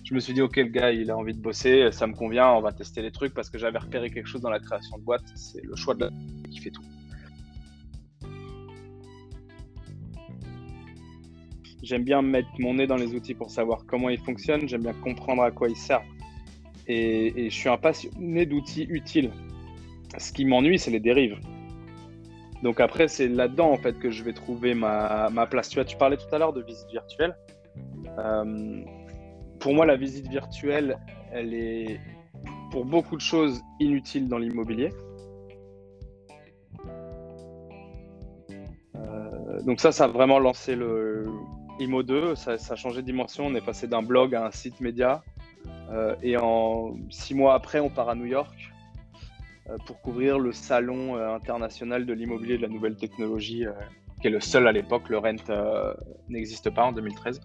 Je me suis dit, ok, le gars, il a envie de bosser, ça me convient, on va tester les trucs parce que j'avais repéré quelque chose dans la création de boîte, c'est le choix de la qui fait tout. J'aime bien mettre mon nez dans les outils pour savoir comment ils fonctionnent, j'aime bien comprendre à quoi ils servent. Et je suis un passionné d'outils utiles. Ce qui m'ennuie, c'est les dérives. Donc après, c'est là-dedans en fait que je vais trouver ma place. Tu parlais tout à l'heure de visite virtuelle. Pour moi, la visite virtuelle, elle est pour beaucoup de choses inutile dans l'immobilier. Donc ça a vraiment lancé le Imo 2. Ça a changé de dimension. On est passé d'un blog à un site média. Et 6 mois après, on part à New York pour couvrir le salon international de l'immobilier et de la nouvelle technologie, qui est le seul à l'époque. Le Rent n'existe pas en 2013.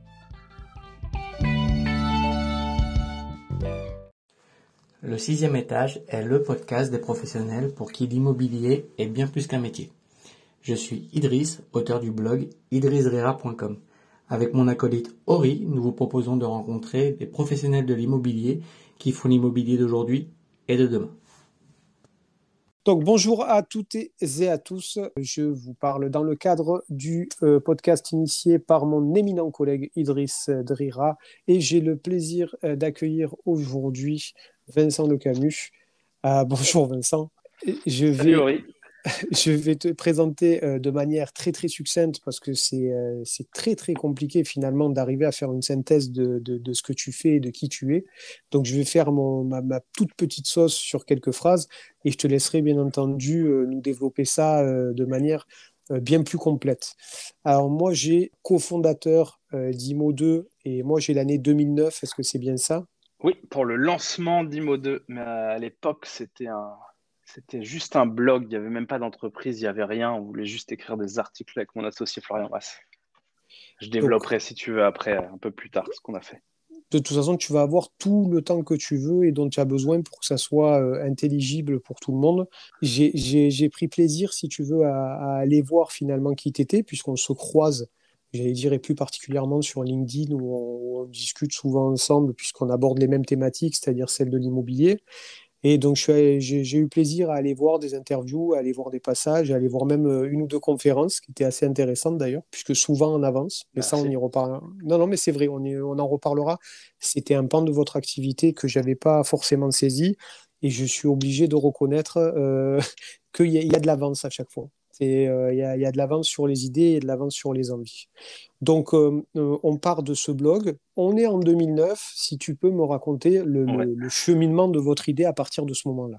Le 6e étage est le podcast des professionnels pour qui l'immobilier est bien plus qu'un métier. Je suis Idriss, auteur du blog idrissrera.com. Avec mon acolyte Ori, nous vous proposons de rencontrer des professionnels de l'immobilier qui font l'immobilier d'aujourd'hui et de demain. Donc bonjour à toutes et à tous, je vous parle dans le cadre du podcast initié par mon éminent collègue Idriss Drira et j'ai le plaisir d'accueillir aujourd'hui Vincent Lecamus. Bonjour Vincent. Salut Ori. Je vais te présenter de manière très très succincte parce que c'est très très compliqué finalement d'arriver à faire une synthèse de ce que tu fais et de qui tu es. Donc je vais faire ma toute petite sauce sur quelques phrases et je te laisserai bien entendu nous développer ça de manière bien plus complète. Alors moi j'ai cofondateur d'Imo 2 et moi j'ai l'année 2009, est-ce que c'est bien ça? Oui, pour le lancement d'Imo 2, mais à l'époque c'était juste un blog, il n'y avait même pas d'entreprise, il n'y avait rien. On voulait juste écrire des articles avec mon associé Florian Mass. Je Donc développerai si tu veux après, un peu plus tard, ce qu'on a fait. de toute façon, tu vas avoir tout le temps que tu veux et dont tu as besoin pour que ça soit intelligible pour tout le monde. J'ai pris plaisir, si tu veux, à aller voir finalement qui t'étais, puisqu'on se croise, j'allais dire, et plus particulièrement sur LinkedIn, où on discute souvent ensemble, puisqu'on aborde les mêmes thématiques, c'est-à-dire celle de l'immobilier. Et donc, j'ai eu plaisir à aller voir des interviews, à aller voir des passages, à aller voir même une ou deux conférences qui étaient assez intéressantes d'ailleurs, puisque souvent en avance. Mais ça, on Merci. y reparle. Non, non, mais c'est vrai, on en reparlera. C'était un pan de votre activité que j'avais pas forcément saisi et je suis obligé de reconnaître qu'il y a de l'avance à chaque fois. Il y a de l'avance sur les idées et de l'avance sur les envies. Donc, on part de ce blog. On est en 2009. Si tu peux me raconter Ouais. le cheminement de votre idée à partir de ce moment-là.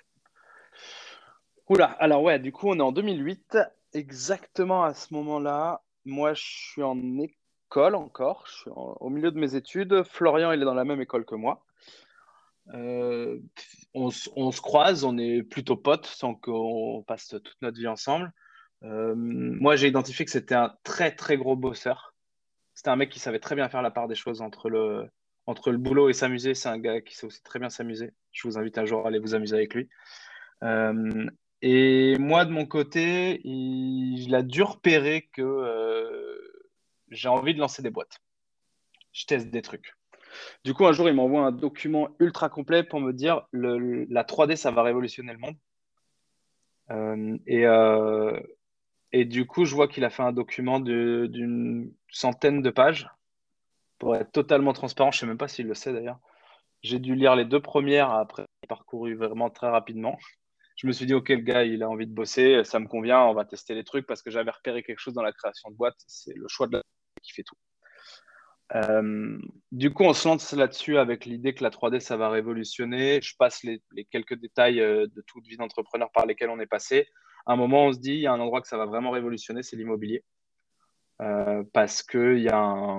Oula, alors ouais, du coup on est en 2008. Exactement à ce moment-là, moi je suis en école encore, je suis au milieu de mes études. Florian, il est dans la même école que moi. Euh, on se croise, on est plutôt potes sans qu'on passe toute notre vie ensemble. Moi, j'ai identifié que c'était un très très gros bosseur. C'était un mec qui savait très bien faire la part des choses entre le boulot et s'amuser. C'est un gars qui sait aussi très bien s'amuser. Je vous invite un jour à aller vous amuser avec lui. Euh, et moi, de mon côté, il a dû repérer que j'ai envie de lancer des boîtes. Je teste des trucs. Du coup, un jour, il m'envoie un document ultra complet pour me dire la 3D, ça va révolutionner le monde. Euh, et, euh, et du coup, je vois qu'il a fait un document d'une centaine de pages. Pour être totalement transparent, je ne sais même pas s'il le sait d'ailleurs. J'ai dû lire les 2 premières, après j'ai parcouru vraiment très rapidement. Je me suis dit, ok, le gars, il a envie de bosser, ça me convient, on va tester les trucs parce que j'avais repéré quelque chose dans la création de boîte, c'est le choix de la qui fait tout. Du coup, on se lance là-dessus avec l'idée que la 3D, ça va révolutionner. Je passe les quelques détails de toute vie d'entrepreneur par lesquels on est passé. À un moment, on se dit, il y a un endroit que ça va vraiment révolutionner, c'est l'immobilier. Parce qu'il y a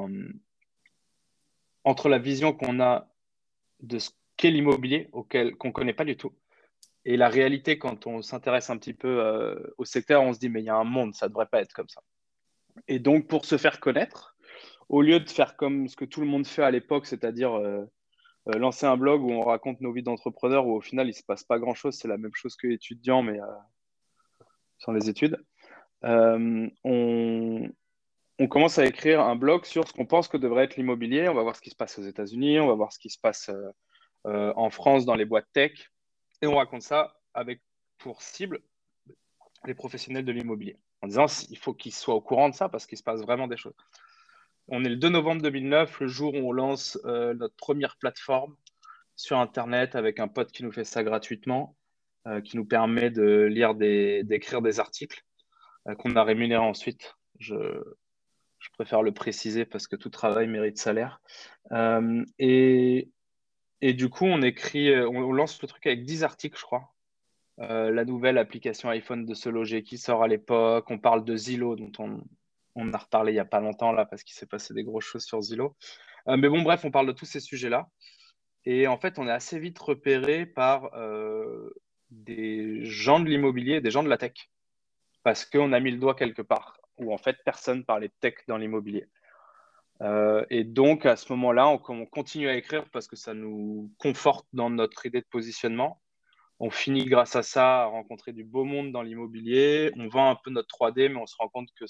entre la vision qu'on a de ce qu'est l'immobilier, qu'on ne connaît pas du tout, et la réalité, quand on s'intéresse un petit peu au secteur, on se dit, mais il y a un monde, ça ne devrait pas être comme ça. Et donc, pour se faire connaître, au lieu de faire comme ce que tout le monde fait à l'époque, c'est-à-dire lancer un blog où on raconte nos vies d'entrepreneurs, où au final, il ne se passe pas grand-chose, c'est la même chose que étudiant, mais sans les études, on, on commence à écrire un blog sur ce qu'on pense que devrait être l'immobilier. On va voir ce qui se passe aux États-Unis, on va voir ce qui se passe en France dans les boîtes tech. Et on raconte ça avec pour cible les professionnels de l'immobilier, en disant il faut qu'ils soient au courant de ça parce qu'il se passe vraiment des choses. On est le 2 novembre 2009, le jour où on lance notre première plateforme sur Internet avec un pote qui nous fait ça gratuitement, qui nous permet d'écrire des articles qu'on a rémunérés ensuite. Je préfère le préciser parce que tout travail mérite salaire. Euh, et, et du coup, on lance le truc avec 10 articles, je crois. La nouvelle application iPhone de se loger qui sort à l'époque. On parle de Zillow, dont on a reparlé il n'y a pas longtemps là parce qu'il s'est passé des grosses choses sur Zillow. Mais bon, bref, on parle de tous ces sujets-là. Et en fait, on est assez vite repéré par des gens de l'immobilier, des gens de la tech, parce qu'on a mis le doigt quelque part où en fait personne parlait de tech dans l'immobilier. Et donc à ce moment-là, on continue à écrire parce que ça nous conforte dans notre idée de positionnement. On finit grâce à ça à rencontrer du beau monde dans l'immobilier. On vend un peu notre 3D, mais on se rend compte que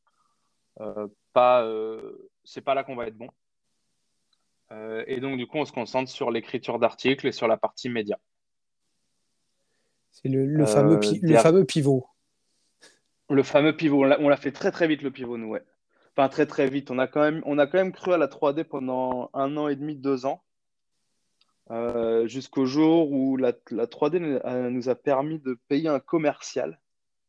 c'est pas là qu'on va être bon. Et donc du coup, on se concentre sur l'écriture d'articles et sur la partie média. C'est Euh, le der- fameux pivot. le fameux pivot, on l'a fait très très vite le pivot, nous, ouais. Enfin très très vite. On a quand même cru à la 3D pendant 1 an et demi, 2 ans. Jusqu'au jour où la 3D nous a permis de payer un commercial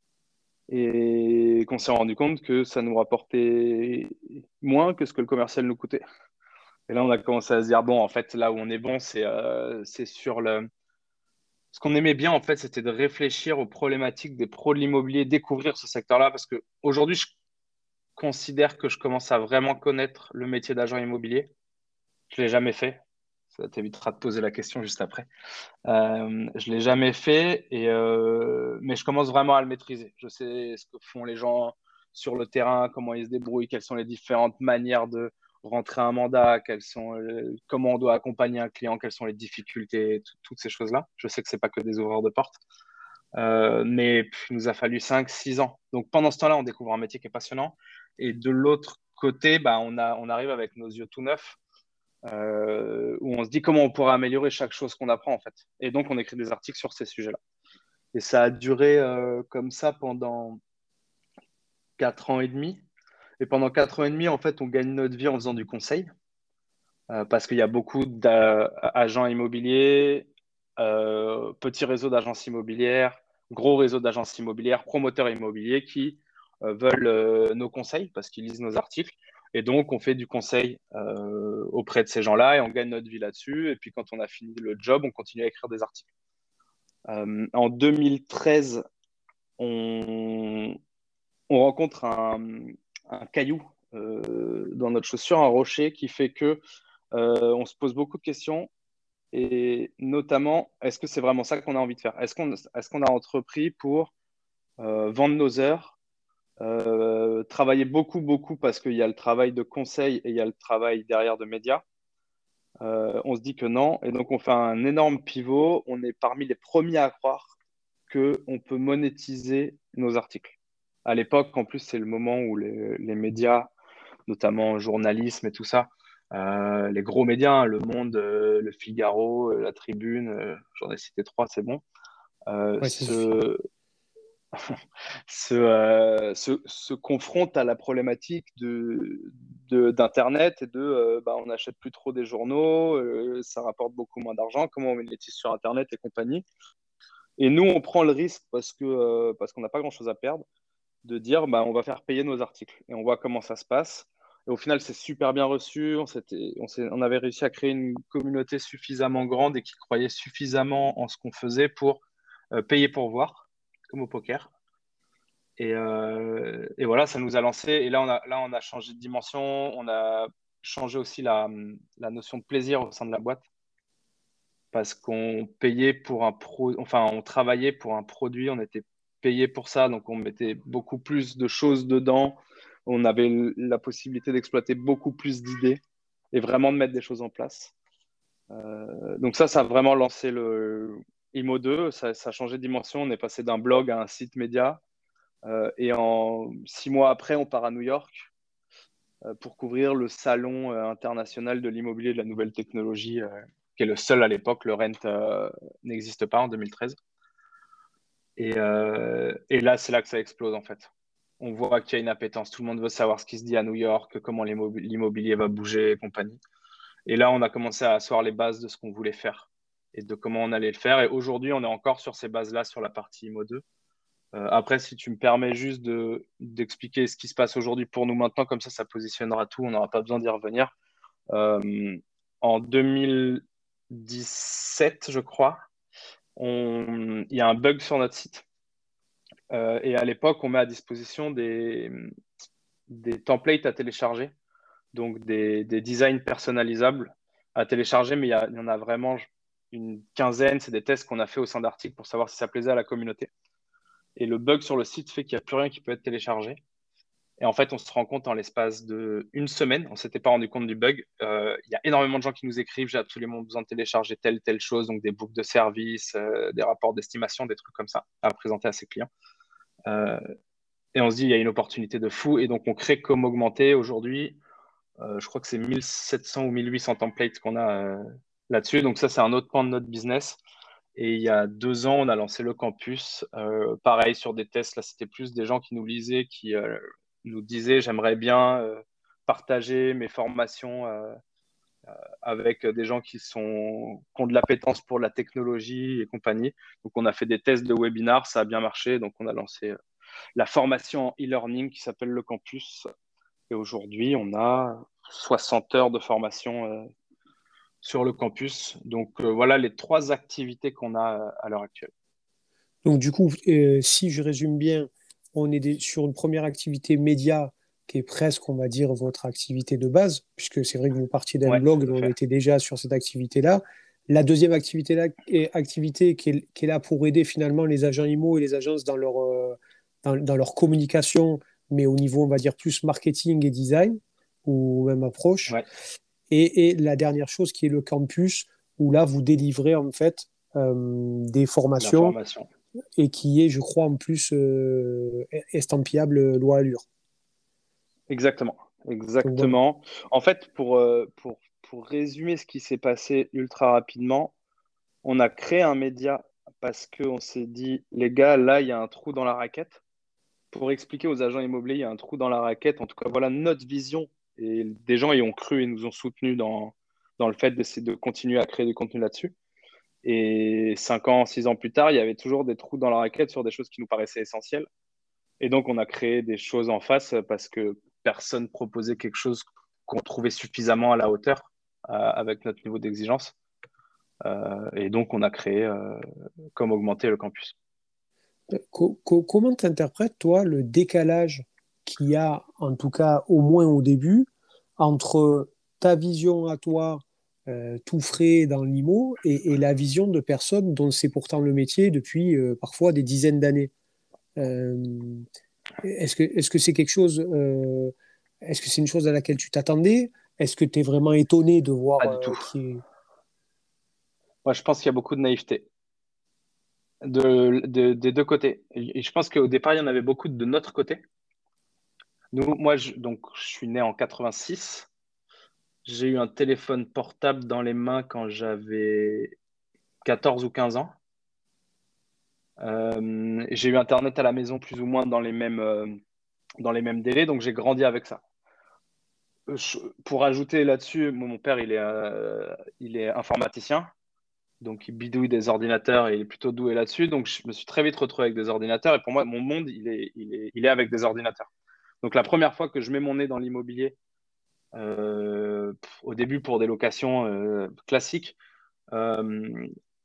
et qu'on s'est rendu compte que ça nous rapportait moins que ce que le commercial nous coûtait. Et là, on a commencé à se dire, bon, en fait, là où on est bon, c'est sur le... Ce qu'on aimait bien, en fait, c'était de réfléchir aux problématiques des pros de l'immobilier, découvrir ce secteur-là, parce qu'aujourd'hui, je considère que je commence à vraiment connaître le métier d'agent immobilier. Je ne l'ai jamais fait. Ça t'évitera de poser la question juste après. Je ne l'ai jamais fait, mais je commence vraiment à le maîtriser. Je sais ce que font les gens sur le terrain, comment ils se débrouillent, quelles sont les différentes manières de rentrer un mandat, comment on doit accompagner un client, quelles sont les difficultés, toutes ces choses-là. Je sais que ce n'est pas que des ouvreurs de porte, mais il nous a fallu 5, 6 ans. Donc pendant ce temps-là, on découvre un métier qui est passionnant. Et de l'autre côté, bah, on arrive avec nos yeux tout neufs où on se dit comment on pourrait améliorer chaque chose qu'on apprend en fait. Et donc on écrit des articles sur ces sujets-là. Et ça a duré comme ça pendant 4 ans et demi. Et pendant 4 ans et demi, en fait, on gagne notre vie en faisant du conseil parce qu'il y a beaucoup d'agents immobiliers, petits réseaux d'agences immobilières, gros réseaux d'agences immobilières, promoteurs immobiliers qui veulent nos conseils parce qu'ils lisent nos articles. Et donc, on fait du conseil auprès de ces gens-là et on gagne notre vie là-dessus. Et puis, quand on a fini le job, on continue à écrire des articles. En 2013, on, on rencontre un caillou dans notre chaussure, un rocher qui fait que on se pose beaucoup de questions et notamment, est-ce que c'est vraiment ça qu'on a envie de faire? Est-ce qu'on a entrepris pour vendre nos heures, travailler beaucoup, beaucoup parce qu'il y a le travail de conseil et il y a le travail derrière de médias? On se dit que non et donc on fait un énorme pivot. On est parmi les premiers à croire qu'on peut monétiser nos articles. À l'époque, en plus, c'est le moment où les médias, notamment journalisme et tout ça, les gros médias, hein, Le Monde, Le Figaro, La Tribune, j'en ai cité trois, c'est bon, Ouais, ça suffit. se confrontent à la problématique d'Internet et bah, on n'achète plus trop des journaux, ça rapporte beaucoup moins d'argent, comment on monétise sur Internet et compagnie. Et nous, on prend le risque parce qu'on n'a pas grand-chose à perdre de dire bah, on va faire payer nos articles et on voit comment ça se passe. Et au final, c'est super bien reçu. On avait réussi à créer une communauté suffisamment grande et qui croyait suffisamment en ce qu'on faisait pour payer pour voir, comme au poker. Et voilà, ça nous a lancé. Et là, on a changé de dimension. On a changé aussi la notion de plaisir au sein de la boîte parce qu'on payait pour enfin, on travaillait pour un produit, on était payé pour ça, donc on mettait beaucoup plus de choses dedans. On avait la possibilité d'exploiter beaucoup plus d'idées et vraiment de mettre des choses en place. Donc ça a vraiment lancé le IMO 2, ça a changé de dimension. On est passé d'un blog à un site média. Et en 6 mois après, on part à New York. pour couvrir le salon international de l'immobilier et de la nouvelle technologie, qui est le seul à l'époque. Le Rent n'existe pas en 2013. Et là, c'est là que ça explose en fait. On voit qu'il y a une appétence. Tout le monde veut savoir ce qui se dit à New York, comment l'immobilier va bouger et compagnie. Et là, on a commencé à asseoir les bases de ce qu'on voulait faire et de comment on allait le faire. Et aujourd'hui, on est encore sur ces bases-là, sur la partie IMO 2. Après, si tu me permets juste d'expliquer ce qui se passe aujourd'hui pour nous maintenant, comme ça positionnera tout, on n'aura pas besoin d'y revenir. En 2017, je crois, il y a un bug sur notre site. Et à l'époque, on met à disposition des templates à télécharger, donc des designs personnalisables à télécharger, mais il y en a vraiment une quinzaine. C'est des tests qu'on a fait au sein d'articles pour savoir si ça plaisait à la communauté. Et le bug sur le site fait qu'il n'y a plus rien qui peut être téléchargé. Et en fait, on se rend compte en l'espace d'une semaine, on ne s'était pas rendu compte du bug. Il y a énormément de gens qui nous écrivent, j'ai absolument besoin de télécharger telle chose, donc des books de service, des rapports d'estimation, des trucs comme ça à présenter à ses clients. Et on se dit, il y a une opportunité de fou. Et donc, on crée Comme Augmenter aujourd'hui. Je crois que c'est 1700 ou 1800 templates qu'on a là-dessus. Donc, ça, c'est un autre pan de notre business. Et il y a 2 ans, on a lancé le campus. Pareil, sur des tests, là, c'était plus des gens qui nous lisaient, qui nous disaient, j'aimerais bien partager mes formations avec des gens qui ont de l'appétence pour la technologie et compagnie. Donc, on a fait des tests de webinars, ça a bien marché. Donc, on a lancé la formation en e-learning qui s'appelle le campus. Et aujourd'hui, on a 60 heures de formation sur le campus. Donc, voilà les 3 activités qu'on a à l'heure actuelle. Donc, du coup, si je résume bien, on est sur une première activité média qui est presque, on va dire, votre activité de base, puisque c'est vrai que vous partiez d'un Ouais, blog, tout à mais on fait. était déjà sur cette activité-là. La deuxième activité qui est là pour aider finalement les agents IMO et les agences dans leur communication, mais au niveau, on va dire, plus marketing et design, ou même approche. Ouais, Et la dernière chose qui est le campus, où là, vous délivrez en fait des formations l'information. et qui est, je crois, en plus estampillable loi Allure. Exactement. Donc voilà. Exactement. En fait, pour résumer ce qui s'est passé ultra rapidement, on a créé un média parce qu'on s'est dit, les gars, là, il y a un trou dans la raquette. Pour expliquer aux agents immobiliers, il y a un trou dans la raquette. En tout cas, voilà notre vision. Et des gens y ont cru et nous ont soutenus dans le fait d'essayer de continuer à créer du contenu là-dessus. Et 5 ans, 6 ans plus tard, il y avait toujours des trous dans la raquette sur des choses qui nous paraissaient essentielles. Et donc, on a créé des choses en face parce que personne proposait quelque chose qu'on trouvait suffisamment à la hauteur avec notre niveau d'exigence. Et donc, on a créé Comme Augmenter le campus. Comment tu interprètes, toi, le décalage qu'il y a, en tout cas au moins au début, entre ta vision à toi, tout frais dans l'IMO, et la vision de personnes dont c'est pourtant le métier depuis parfois des dizaines d'années? Euh, est-ce que c'est quelque chose, est-ce que c'est une chose à laquelle tu t'attendais? Est-ce que tu es vraiment étonné de voir Pas du tout. qui est... Moi, je pense qu'il y a beaucoup de naïveté des 2 côtés. Et je pense qu'au départ, il y en avait beaucoup de notre côté. Moi, donc, je suis né en 86. J'ai eu un téléphone portable dans les mains quand j'avais 14 ou 15 ans. J'ai eu Internet à la maison plus ou moins dans les mêmes délais, donc j'ai grandi avec ça. Pour ajouter là-dessus, mon père, il est informaticien, donc il bidouille des ordinateurs et il est plutôt doué là-dessus. Donc je me suis très vite retrouvé avec des ordinateurs et pour moi, mon monde, il est avec des ordinateurs. Donc la première fois que je mets mon nez dans l'immobilier, au début pour des locations classiques, euh,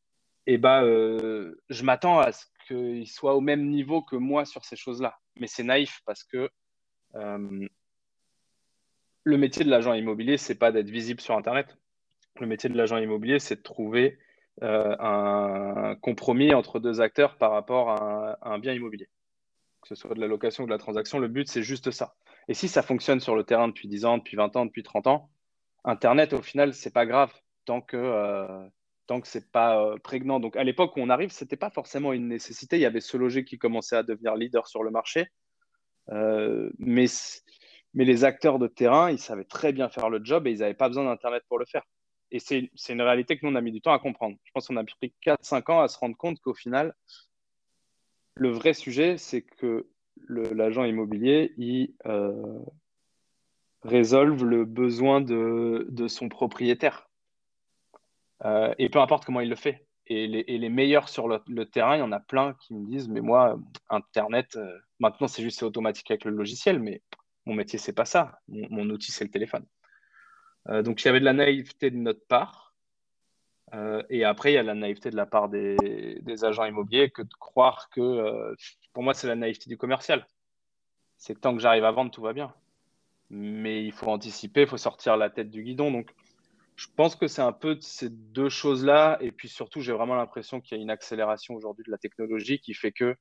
je m'attends à ce qu'il soit au même niveau que moi sur ces choses-là. Mais c'est naïf parce que euh, le métier de l'agent immobilier, c'est pas d'être visible sur Internet. Le métier de l'agent immobilier, c'est de trouver un compromis entre 2 acteurs par rapport à un bien immobilier. Que ce soit de la location ou de la transaction, le but, c'est juste ça. Et si ça fonctionne sur le terrain depuis 10 ans, depuis 20 ans, depuis 30 ans, Internet, au final, c'est pas grave tant que c'est pas prégnant. Donc, à l'époque où on arrive, c'était pas forcément une nécessité. Il y avait ce loger qui commençait à devenir leader sur le marché. Euh, mais, Mais les acteurs de terrain, ils savaient très bien faire le job et ils n'avaient pas besoin d'Internet pour le faire. Et c'est une réalité que nous, on a mis du temps à comprendre. Je pense qu'on a pris 4-5 ans à se rendre compte qu'au final, le vrai sujet, c'est que l'agent immobilier, il résolve le besoin de son propriétaire. Et peu importe comment il le fait. Et les meilleurs sur le terrain, il y en a plein qui me disent, mais moi, Internet, maintenant, c'est automatique avec le logiciel, mais mon métier, c'est pas ça. Mon outil, c'est le téléphone. Donc, il y avait de la naïveté de notre part. Et après, il y a la naïveté de la part des agents immobiliers que de croire que, pour moi, c'est la naïveté du commercial. C'est que tant que j'arrive à vendre, tout va bien. Mais il faut anticiper, il faut sortir la tête du guidon. Donc, je pense que c'est un peu de ces deux choses-là. Et puis surtout, j'ai vraiment l'impression qu'il y a une accélération aujourd'hui de la technologie qui fait que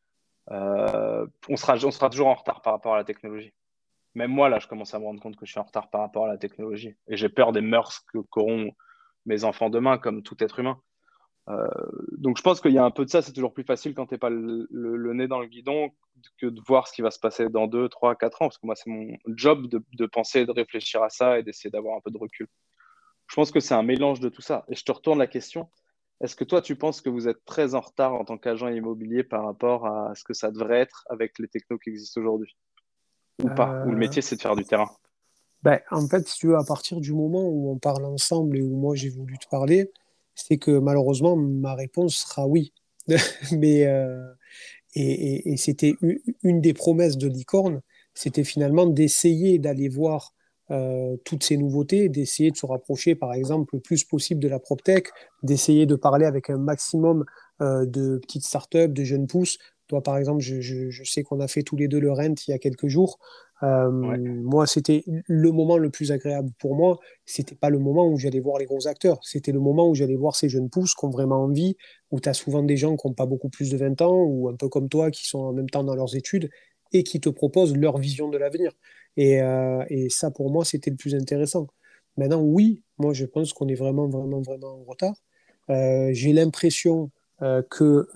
on sera toujours en retard par rapport à la technologie. Même moi, là, je commence à me rendre compte que je suis en retard par rapport à la technologie. Et j'ai peur des mœurs qu'auront mes enfants demain, comme tout être humain. Euh, donc je pense qu'il y a un peu de ça. C'est toujours plus facile quand tu n'es pas le nez dans le guidon que de voir ce qui va se passer dans 2, 3, 4 ans. Parce que moi, c'est mon job de penser, de réfléchir à ça et d'essayer d'avoir un peu de recul. Je pense que c'est un mélange de tout ça. Et je te retourne la question. Est-ce que toi, tu penses que vous êtes très en retard en tant qu'agent immobilier par rapport à ce que ça devrait être avec les technos qui existent aujourd'hui? Ou pas? Ou le Euh, métier, c'est de faire du terrain? Ben, en fait, si tu veux, à partir du moment où on parle ensemble et où moi j'ai voulu te parler, c'est que malheureusement, ma réponse sera oui. Mais, et c'était une des promesses de Licorne, c'était finalement d'essayer d'aller voir toutes ces nouveautés, d'essayer de se rapprocher, par exemple, le plus possible de la PropTech, d'essayer de parler avec un maximum de petites startups, de jeunes pousses. Toi, par exemple, je sais qu'on a fait tous les deux le Rent il y a quelques jours. Ouais. Moi, c'était le moment le plus agréable pour moi. C'était pas le moment où j'allais voir les gros acteurs. C'était le moment où j'allais voir ces jeunes pousses qui ont vraiment envie, où tu as souvent des gens qui n'ont pas beaucoup plus de 20 ans, ou un peu comme toi, qui sont en même temps dans leurs études, et qui te proposent leur vision de l'avenir. Et ça, pour moi, c'était le plus intéressant. Maintenant, oui, moi, je pense qu'on est vraiment, vraiment, vraiment en retard. J'ai l'impression que,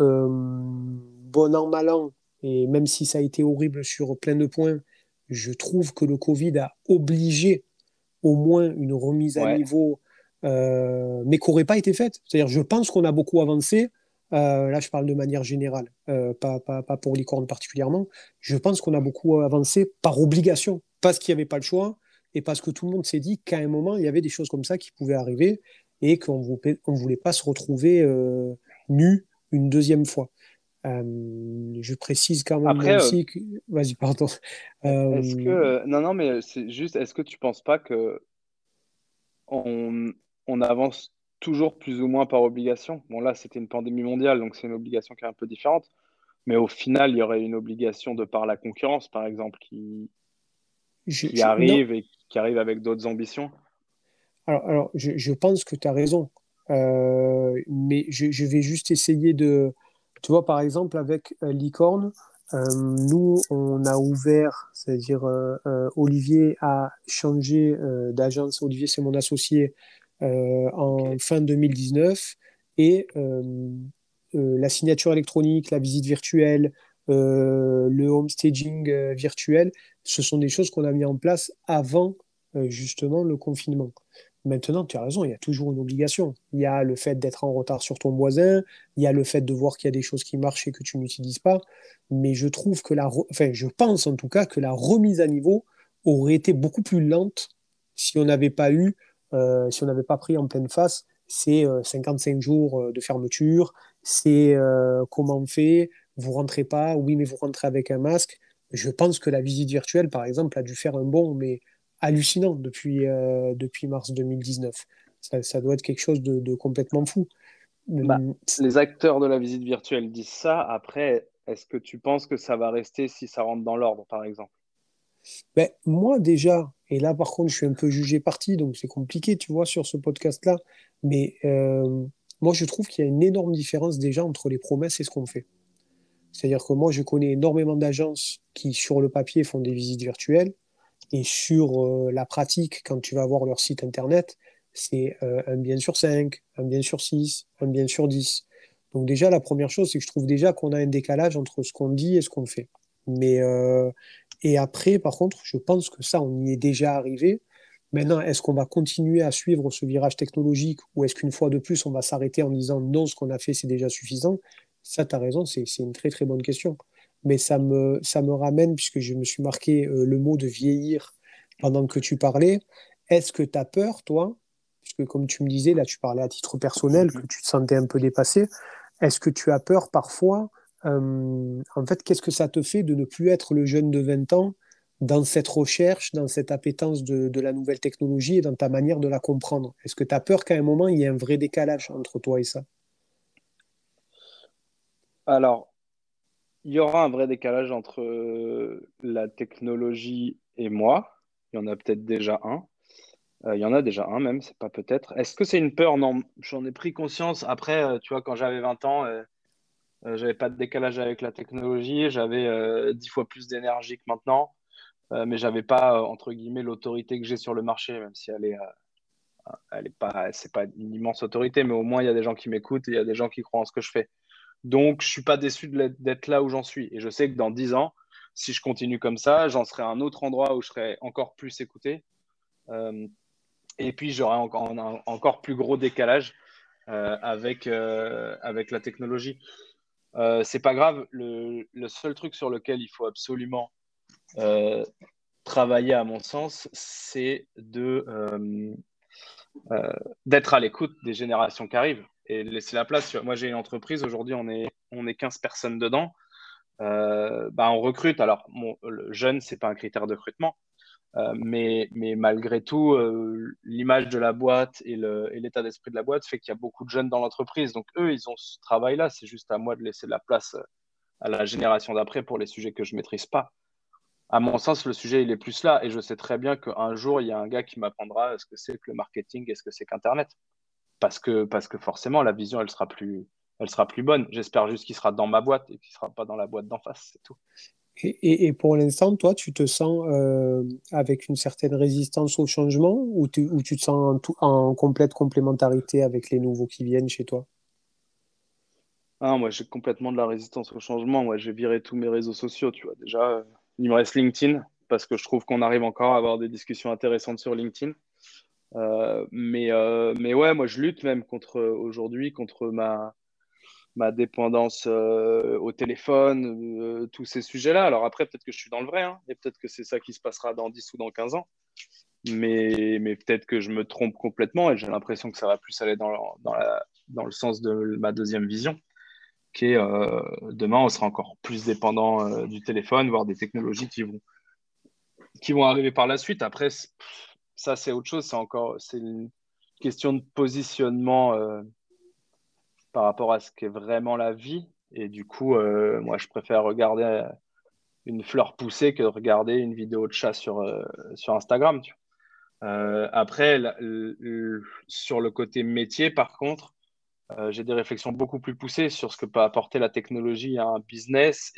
bon an, mal an, et même si ça a été horrible sur plein de points, je trouve que le Covid a obligé au moins une remise à Ouais. niveau, mais qui n'aurait pas été faite. C'est-à-dire, je pense qu'on a beaucoup avancé. Là, je parle de manière générale, pas pour Licorne particulièrement. Je pense qu'on a beaucoup avancé par obligation, parce qu'il n'y avait pas le choix et parce que tout le monde s'est dit qu'à un moment, il y avait des choses comme ça qui pouvaient arriver et qu'on ne voulait pas se retrouver nu une deuxième fois. Je précise quand même moi Après, aussi que... Vas-y, pardon. est-ce que non, non, mais c'est juste, est-ce que tu penses pas que on, on avance toujours plus ou moins par obligation? Bon, là, c'était une pandémie mondiale, donc c'est une obligation qui est un peu différente. Mais au final, il y aurait une obligation de par la concurrence, par exemple, qui non, arrive et qui arrive avec d'autres ambitions. alors je pense que tu as raison. Mais je vais juste essayer de... Tu vois, par exemple, avec Licorne, nous, on a ouvert, c'est-à-dire Olivier a changé d'agence. Olivier, c'est mon associé Ok, en fin 2019. Et la signature électronique, la visite virtuelle, le homestaging virtuel, ce sont des choses qu'on a mis en place avant justement le confinement. Maintenant, tu as raison, il y a toujours une obligation. Il y a le fait d'être en retard sur ton voisin, il y a le fait de voir qu'il y a des choses qui marchent et que tu n'utilises pas. Mais je trouve que enfin, je pense en tout cas que la remise à niveau aurait été beaucoup plus lente si on n'avait pas eu, si on n'avait pas pris en pleine face ces 55 jours de fermeture, c'est comment on fait, vous rentrez pas, oui, mais vous rentrez avec un masque. Je pense que la visite virtuelle, par exemple, a dû faire un bond, mais hallucinant depuis mars 2019. Ça doit être quelque chose de complètement fou. bah, Hum, les acteurs de la visite virtuelle disent ça. Après, est-ce que tu penses que ça va rester si ça rentre dans l'ordre, par exemple? Ben, moi déjà, et là par contre je suis un peu jugé parti, donc c'est compliqué, tu vois, sur ce podcast-là, mais moi je trouve qu'il y a une énorme différence déjà entre les promesses et ce qu'on fait. C'est-à-dire que moi je connais énormément d'agences qui sur le papier font des visites virtuelles, et sur la pratique, quand tu vas voir leur site internet, c'est un bien sur 5, un bien sur 6, un bien sur 10. Donc déjà, la première chose, c'est que je trouve déjà qu'on a un décalage entre ce qu'on dit et ce qu'on fait. Mais Et après, par contre, je pense que ça, on y est déjà arrivé. Maintenant, est-ce qu'on va continuer à suivre ce virage technologique ou est-ce qu'une fois de plus, on va s'arrêter en disant non, ce qu'on a fait, c'est déjà suffisant? Ça, tu as raison, c'est une très très bonne question. Mais ça me ramène, puisque je me suis marqué le mot de vieillir pendant que tu parlais. Est-ce que tu as peur, toi, puisque comme tu me disais, là, tu parlais à titre personnel, que tu te sentais un peu dépassé, est-ce que tu as peur parfois en fait, qu'est-ce que ça te fait de ne plus être le jeune de 20 ans dans cette recherche, dans cette appétence de la nouvelle technologie et dans ta manière de la comprendre? Est-ce que tu as peur qu'à un moment, il y ait un vrai décalage entre toi et ça? Alors, il y aura un vrai décalage entre la technologie et moi. Il y en a peut-être déjà un. Il y en a déjà un même, c'est pas peut-être. Est-ce que c'est une peur? Non, j'en ai pris conscience. Après, tu vois, quand j'avais 20 ans, j'avais pas de décalage avec la technologie. J'avais 10 fois plus d'énergie que maintenant. Mais j'avais pas, entre guillemets, l'autorité que j'ai sur le marché, même si elle est pas, c'est pas une immense autorité, mais au moins il y a des gens qui m'écoutent et il y a des gens qui croient en ce que je fais. Donc, je suis pas déçu d'être là où j'en suis. Et je sais que dans 10 ans, si je continue comme ça, j'en serai à un autre endroit où je serai encore plus écouté. Euh, et puis, j'aurai encore un encore plus gros décalage avec la technologie. C'est pas grave. Le seul truc sur lequel il faut absolument euh, travailler, à mon sens, c'est euh, d'être à l'écoute des générations qui arrivent et de laisser la place. Moi, j'ai une entreprise, aujourd'hui, on est 15 personnes dedans. Bah, on recrute. Alors, le jeune, c'est pas un critère de recrutement, mais malgré tout, l'image de la boîte et l'état d'esprit de la boîte fait qu'il y a beaucoup de jeunes dans l'entreprise. Donc, eux, ils ont ce travail-là. C'est juste à moi de laisser de la place à la génération d'après pour les sujets que je maîtrise pas. À mon sens, le sujet, il est plus là. Et je sais très bien qu'un jour, il y a un gars qui m'apprendra ce que c'est que le marketing et ce que c'est qu'Internet. Parce que forcément, la vision, elle sera plus bonne. J'espère juste qu'il sera dans ma boîte et qu'il sera pas dans la boîte d'en face, c'est tout. Et pour l'instant, toi, tu te sens avec une certaine résistance au changement ou tu te sens en complète complémentarité avec les nouveaux qui viennent chez toi? Ah, moi, j'ai complètement de la résistance au changement. Moi, j'ai viré tous mes réseaux sociaux, tu vois. Déjà, il me reste LinkedIn parce que je trouve qu'on arrive encore à avoir des discussions intéressantes sur LinkedIn. Mais ouais, moi, je lutte même aujourd'hui contre ma dépendance au téléphone, tous ces sujets-là. Alors après, peut-être que je suis dans le vrai, hein, et peut-être que c'est ça qui se passera dans 10 ou dans 15 ans. Mais peut-être que je me trompe complètement et j'ai l'impression que ça va plus aller dans le sens de ma deuxième vision, qui est demain, on sera encore plus dépendant du téléphone, voire des technologies qui vont arriver par la suite. Après, ça, c'est autre chose. C'est une question de positionnement par rapport à ce qu'est vraiment la vie. Et du coup, moi, je préfère regarder une fleur pousser que de regarder une vidéo de chat sur Instagram. Tu vois. Après, sur le côté métier, par contre, j'ai des réflexions beaucoup plus poussées sur ce que peut apporter la technologie à un business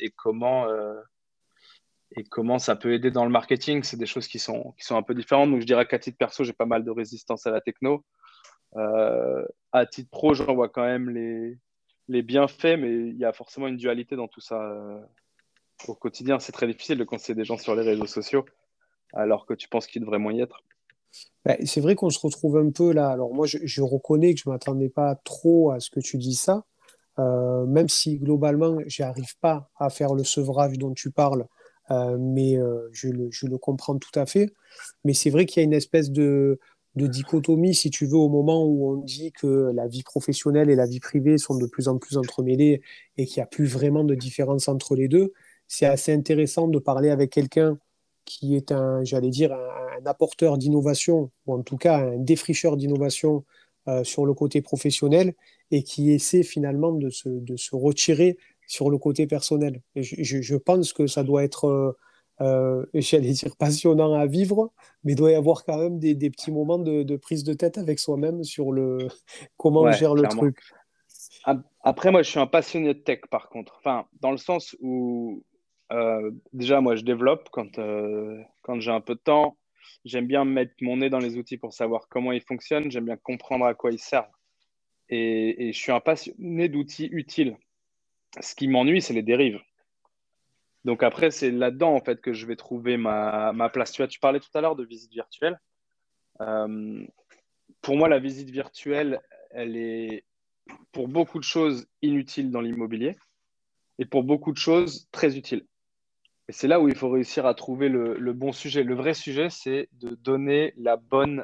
et comment ça peut aider dans le marketing. C'est des choses qui sont un peu différentes. Donc, je dirais qu'à titre perso, j'ai pas mal de résistance à la techno. À titre pro, j'en vois quand même les bienfaits, mais il y a forcément une dualité dans tout ça. Au quotidien, c'est très difficile de conseiller des gens sur les réseaux sociaux alors que tu penses qu'ils devraient moins y être. Ben, c'est vrai qu'on se retrouve un peu là. Alors moi, je reconnais que je m'attendais pas trop à ce que tu dis ça, même si globalement, j'arrive pas à faire le sevrage dont tu parles, mais je le comprends tout à fait. Mais c'est vrai qu'il y a une espèce de dichotomie, si tu veux, au moment où on dit que la vie professionnelle et la vie privée sont de plus en plus entremêlées et qu'il n'y a plus vraiment de différence entre les deux. C'est assez intéressant de parler avec quelqu'un qui est j'allais dire, un apporteur d'innovation, ou en tout cas un défricheur d'innovation sur le côté professionnel, et qui essaie finalement de se retirer sur le côté personnel. Et je pense que ça doit être, j'allais dire, passionnant à vivre, mais il doit y avoir quand même des petits moments de prise de tête avec soi-même sur comment on Ouais, gère le clairement. truc. Après, moi, je suis un passionné de tech, par contre. Enfin, dans le sens où, déjà, moi, je développe quand j'ai un peu de temps. J'aime bien mettre mon nez dans les outils pour savoir comment ils fonctionnent. J'aime bien comprendre à quoi ils servent. Et je suis un passionné d'outils utiles. Ce qui m'ennuie, c'est les dérives. Donc après, c'est là-dedans en fait que je vais trouver ma place. Tu vois, tu parlais tout à l'heure de visite virtuelle. Euh, pour moi, la visite virtuelle, elle est pour beaucoup de choses inutile dans l'immobilier et pour beaucoup de choses très utile. Et c'est là où il faut réussir à trouver le bon sujet. Le vrai sujet, c'est de donner la bonne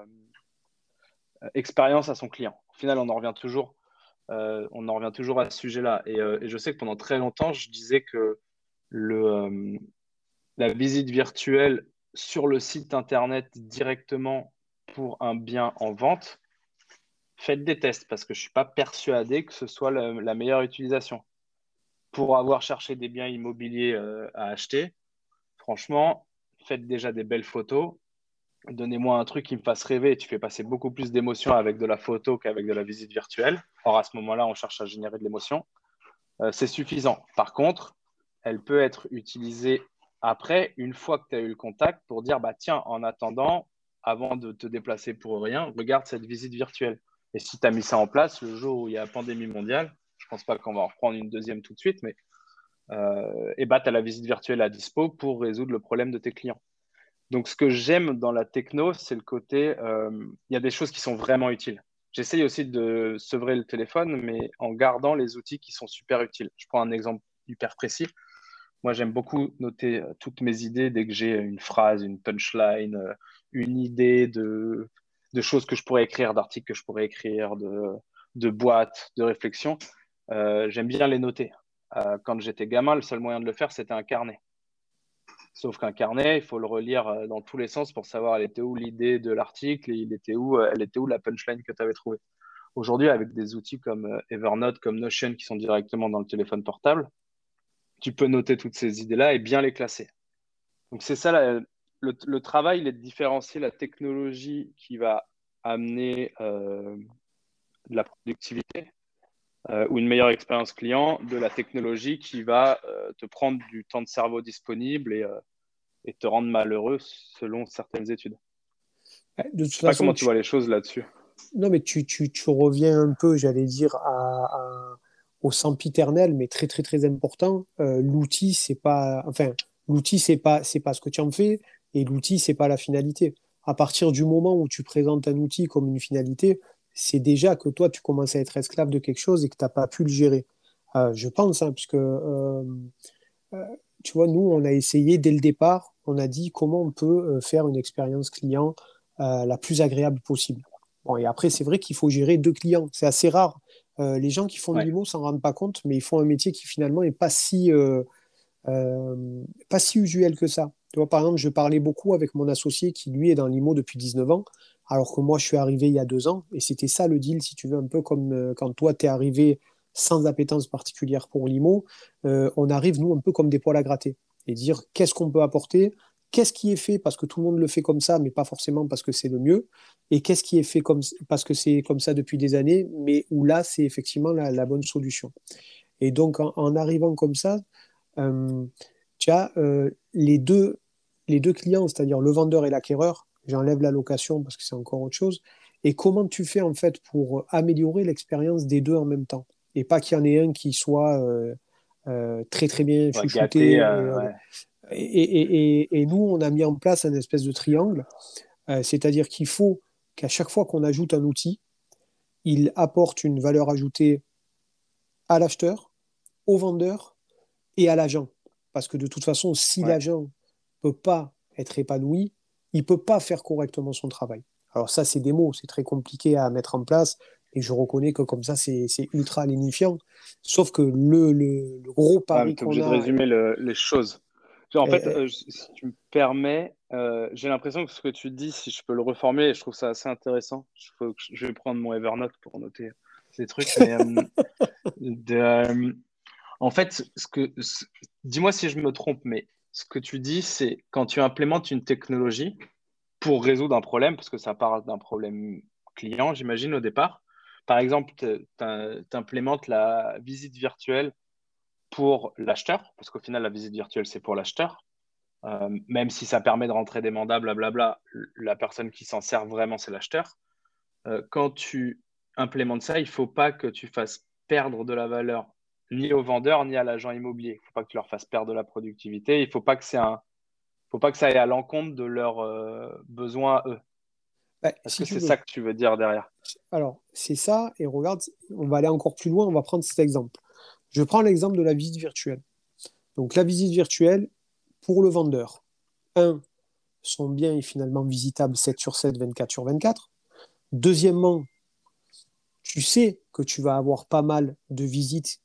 expérience à son client. Au final, on en revient toujours à ce sujet-là. Et je sais que pendant très longtemps, je disais que le, la visite virtuelle sur le site internet directement pour un bien en vente, faites des tests parce que je ne suis pas persuadé que ce soit la meilleure utilisation. Pour avoir cherché des biens immobiliers à acheter, franchement, faites déjà des belles photos. Donnez-moi un truc qui me fasse rêver et tu fais passer beaucoup plus d'émotions avec de la photo qu'avec de la visite virtuelle. Or, à ce moment-là, on cherche à générer de l'émotion. C'est suffisant. Par contre, elle peut être utilisée après, une fois que tu as eu le contact, pour dire, bah, tiens, en attendant, avant de te déplacer pour rien, regarde cette visite virtuelle. Et si tu as mis ça en place, le jour où il y a la pandémie mondiale, je ne pense pas qu'on va en reprendre une deuxième tout de suite, mais et bah, tu as la visite virtuelle à dispo pour résoudre le problème de tes clients. Donc, ce que j'aime dans la techno, c'est le côté, il y a des choses qui sont vraiment utiles. J'essaye aussi de sevrer le téléphone, mais en gardant les outils qui sont super utiles. Je prends un exemple hyper précis. Moi, j'aime beaucoup noter toutes mes idées dès que j'ai une phrase, une punchline, une idée de choses que je pourrais écrire, d'articles que je pourrais écrire, de boîtes, de réflexions. J'aime bien les noter. Quand j'étais gamin, le seul moyen de le faire, c'était un carnet. Sauf qu'un carnet, il faut le relire dans tous les sens pour savoir elle était où l'idée de l'article et elle était où la punchline que tu avais trouvée. Aujourd'hui, avec des outils comme Evernote, comme Notion qui sont directement dans le téléphone portable, tu peux noter toutes ces idées-là et bien les classer. Donc c'est ça, le travail, il est de différencier la technologie qui va amener de la productivité ou une meilleure expérience client de la technologie qui va te prendre du temps de cerveau disponible et te rendre malheureux selon certaines études. De toute Je sais pas façon, comment tu vois les choses là-dessus. non, mais tu reviens un peu, j'allais dire, au sempiternel, mais très, très, très important. L'outil, c'est pas, enfin, l'outil, c'est pas ce que tu en fais, et l'outil, c'est pas la finalité. À partir du moment où tu présentes un outil comme une finalité, c'est déjà que toi, tu commences à être esclave de quelque chose et que tu n'as pas pu le gérer. Je pense, hein, puisque, euh, tu vois, nous, on a essayé dès le départ, on a dit comment on peut faire une expérience client la plus agréable possible. Bon, et après, c'est vrai qu'il faut gérer deux clients. C'est assez rare. Les gens qui font de Ouais, l'IMO s'en rendent pas compte, mais ils font un métier qui finalement est pas si usuel que ça. Tu vois, par exemple, je parlais beaucoup avec mon associé qui, lui, est dans l'IMO depuis 19 ans, alors que moi, je suis arrivé il y a 2 ans. Et c'était ça le deal, si tu veux, un peu comme quand toi, tu es arrivé sans appétence particulière pour l'IMO. On arrive, nous, un peu comme des poils à gratter. Et dire qu'est-ce qu'on peut apporter, qu'est-ce qui est fait parce que tout le monde le fait comme ça, mais pas forcément parce que c'est le mieux, et qu'est-ce qui est fait parce que c'est comme ça depuis des années, mais où là, c'est effectivement la bonne solution. Et donc, en arrivant comme ça, euh, tu as les deux clients, c'est-à-dire le vendeur et l'acquéreur. J'enlève la location parce que c'est encore autre chose. Et comment tu fais en fait pour améliorer l'expérience des deux en même temps? Et pas qu'il y en ait un qui soit très très bien on va gâter. chouchouté. Ouais. Et nous, on a mis en place un espèce de triangle, c'est-à-dire qu'il faut qu'à chaque fois qu'on ajoute un outil, il apporte une valeur ajoutée à l'acheteur, au vendeur et à l'agent. Parce que de toute façon, si Ouais. l'agent ne peut pas être épanoui, il ne peut pas faire correctement son travail. Alors ça, c'est des mots, c'est très compliqué à mettre en place, et je reconnais que comme ça, c'est ultra lénifiant. Sauf que le gros Ouais, mais pari tu es qu'on obligé de a, résumer les choses. Genre, en fait, est- si tu me permets, j'ai l'impression que ce que tu dis, si je peux le reformuler, je trouve ça assez intéressant. Je vais prendre mon Evernote pour noter ces trucs. Mais de, euh, en fait, dis-moi si je me trompe, mais ce que tu dis, c'est quand tu implémentes une technologie pour résoudre un problème, parce que ça part d'un problème client, j'imagine, au départ. Par exemple, tu implémentes la visite virtuelle pour l'acheteur, parce qu'au final, la visite virtuelle, c'est pour l'acheteur. Même si ça permet de rentrer des mandats, blablabla, la personne qui s'en sert vraiment, c'est l'acheteur. Quand tu implémentes ça, il ne faut pas que tu fasses perdre de la valeur ni aux vendeurs ni à l'agent immobilier. Il ne faut pas que tu leur fasses perdre de la productivité. Il ne faut pas que ça aille à l'encontre de leurs besoins à eux. Ben, Est-ce si que tu c'est veux. ça que tu veux dire derrière? Alors, c'est ça, et regarde, on va aller encore plus loin, on va prendre cet exemple. Je prends l'exemple de la visite virtuelle. Donc, la visite virtuelle, pour le vendeur, un, son bien est finalement visitable 7 sur 7, 24 sur 24. Deuxièmement, tu sais que tu vas avoir pas mal de visites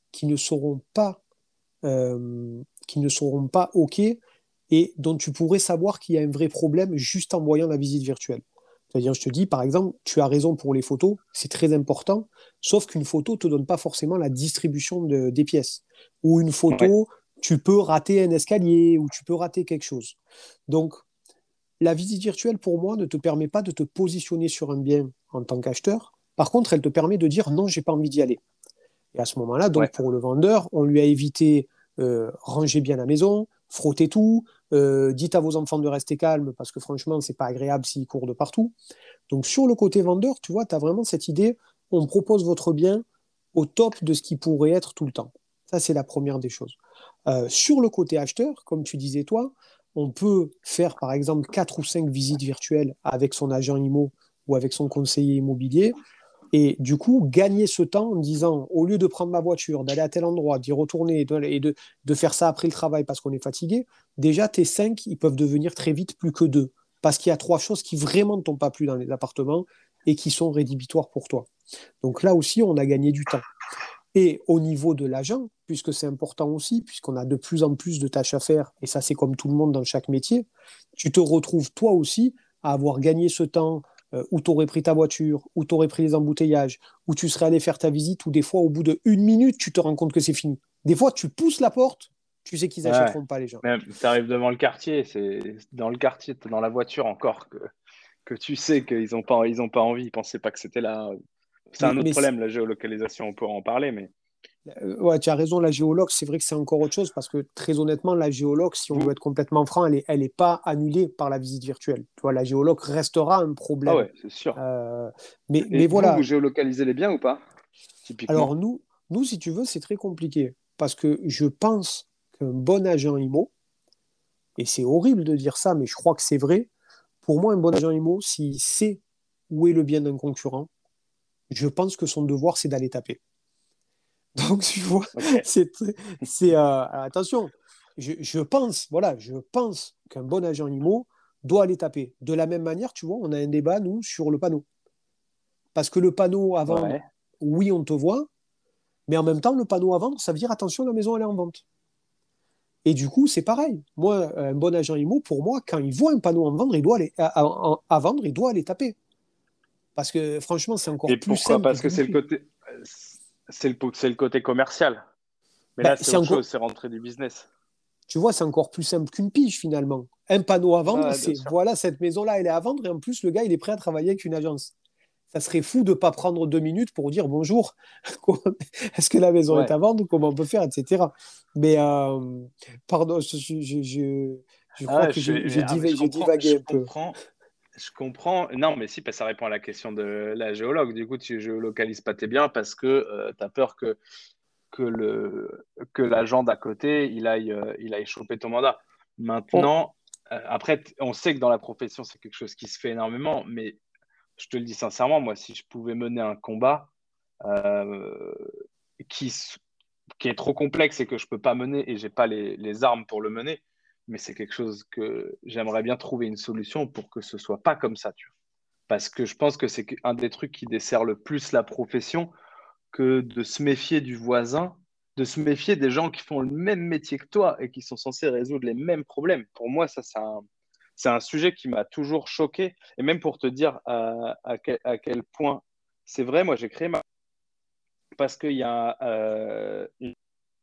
qui ne seront pas OK et dont tu pourrais savoir qu'il y a un vrai problème juste en voyant la visite virtuelle. C'est-à-dire, je te dis, par exemple, tu as raison pour les photos, c'est très important, sauf qu'une photo ne te donne pas forcément la distribution des pièces. Ou une Ouais, photo, tu peux rater un escalier ou tu peux rater quelque chose. Donc, la visite virtuelle, pour moi, ne te permet pas de te positionner sur un bien en tant qu'acheteur. Par contre, elle te permet de dire non, j'ai pas envie d'y aller. Et à ce moment-là, donc ouais. pour le vendeur, on lui a évité ranger bien la maison, frotter tout, dites à vos enfants de rester calmes parce que franchement, c'est pas agréable s'ils courent de partout. Donc sur le côté vendeur, tu vois, tu as vraiment cette idée, on propose votre bien au top de ce qui pourrait être tout le temps. Ça, c'est la première des choses. Sur le côté acheteur, comme tu disais toi, on peut faire par exemple 4 ou 5 visites virtuelles avec son agent IMO ou avec son conseiller immobilier et du coup, gagner ce temps en disant, au lieu de prendre ma voiture, d'aller à tel endroit, d'y retourner et de faire ça après le travail parce qu'on est fatigué, déjà tes 5, ils peuvent devenir très vite plus que 2. Parce qu'il y a 3 choses qui vraiment ne t'ont pas plu dans les appartements et qui sont rédhibitoires pour toi. Donc là aussi, on a gagné du temps. Et au niveau de l'agent, puisque c'est important aussi, puisqu'on a de plus en plus de tâches à faire, et ça c'est comme tout le monde dans chaque métier, tu te retrouves toi aussi à avoir gagné ce temps où tu aurais pris ta voiture, où tu aurais pris les embouteillages, où tu serais allé faire ta visite, où des fois au bout d'une minute, tu te rends compte que c'est fini. Des fois, tu pousses la porte, tu sais qu'ils Ouais. n'achèteront pas les gens. Même, tu arrives devant le quartier, c'est dans le quartier, t'es dans la voiture encore que tu sais qu'ils ont pas envie, ils pensaient pas que c'était là. C'est Mais, un autre mais problème, la géolocalisation, on pourra en parler, mais ouais, tu as raison, la géologue, c'est vrai que c'est encore autre chose parce que très honnêtement, la géologue, si on doit vous, être complètement franc, elle est pas annulée par la visite virtuelle. Tu vois, la géologue restera un ah problème. ouais, c'est sûr. Euh, mais Et vous, vous voilà. géolocalisez les biens ou pas, Alors typiquement? nous, si tu veux, c'est très compliqué parce que je pense qu'un bon agent IMO, et c'est horrible de dire ça, mais je crois que c'est vrai, pour moi, un bon agent IMO, s'il sait où est le bien d'un concurrent, je pense que son devoir, c'est d'aller taper. Donc, tu vois, Ok. attention, je pense, voilà, je pense qu'un bon agent IMO doit aller taper. De la même manière, tu vois, on a un débat, nous, sur le panneau. Parce que le panneau à vendre, Ouais. oui, on te voit, mais en même temps, le panneau à vendre, ça veut dire attention, la maison, elle est en vente. Et du coup, c'est pareil. Moi, un bon agent IMO, pour moi, quand il voit un panneau en vendre, il doit aller, à vendre, il doit aller taper. Parce que franchement, c'est encore Et plus pourquoi? simple Parce que qu'une pige. c'est le côté commercial. Mais Ben, là, c'est autre chose, c'est rentrer du business. tu vois, c'est encore plus simple qu'une pige finalement. Un panneau à vendre, Ouais, bien c'est sûr. voilà, cette maison-là, elle est à vendre et en plus, le gars, il est prêt à travailler avec une agence. Ça serait fou de ne pas prendre 2 minutes pour dire bonjour, est-ce que la maison est Ouais. à vendre, comment on peut faire, etc. Mais, pardon, je Ah crois ouais, que j'ai mais j'ai divagué un peu. je comprends. Non, mais si, parce que ça répond à la question de la géologue. Du coup, tu géolocalises pas tes biens parce que tu as peur que que l'agent d'à côté, il aille choper ton mandat. Oh, Maintenant, après, on sait que dans la profession, c'est quelque chose qui se fait énormément, mais je te le dis sincèrement, moi, si je pouvais mener un combat euh, qui, s- qui est trop complexe et que je peux pas mener et j'ai pas les armes pour le mener, mais c'est quelque chose que j'aimerais bien trouver une solution pour que ce soit pas comme ça, tu vois. Parce que je pense que c'est un des trucs qui dessert le plus la profession que de se méfier du voisin, de se méfier des gens qui font le même métier que toi et qui sont censés résoudre les mêmes problèmes. Pour moi, ça, c'est un sujet qui m'a toujours choqué. Et même pour te dire à quel point c'est vrai, moi, j'ai créé ma... Parce qu'il y a une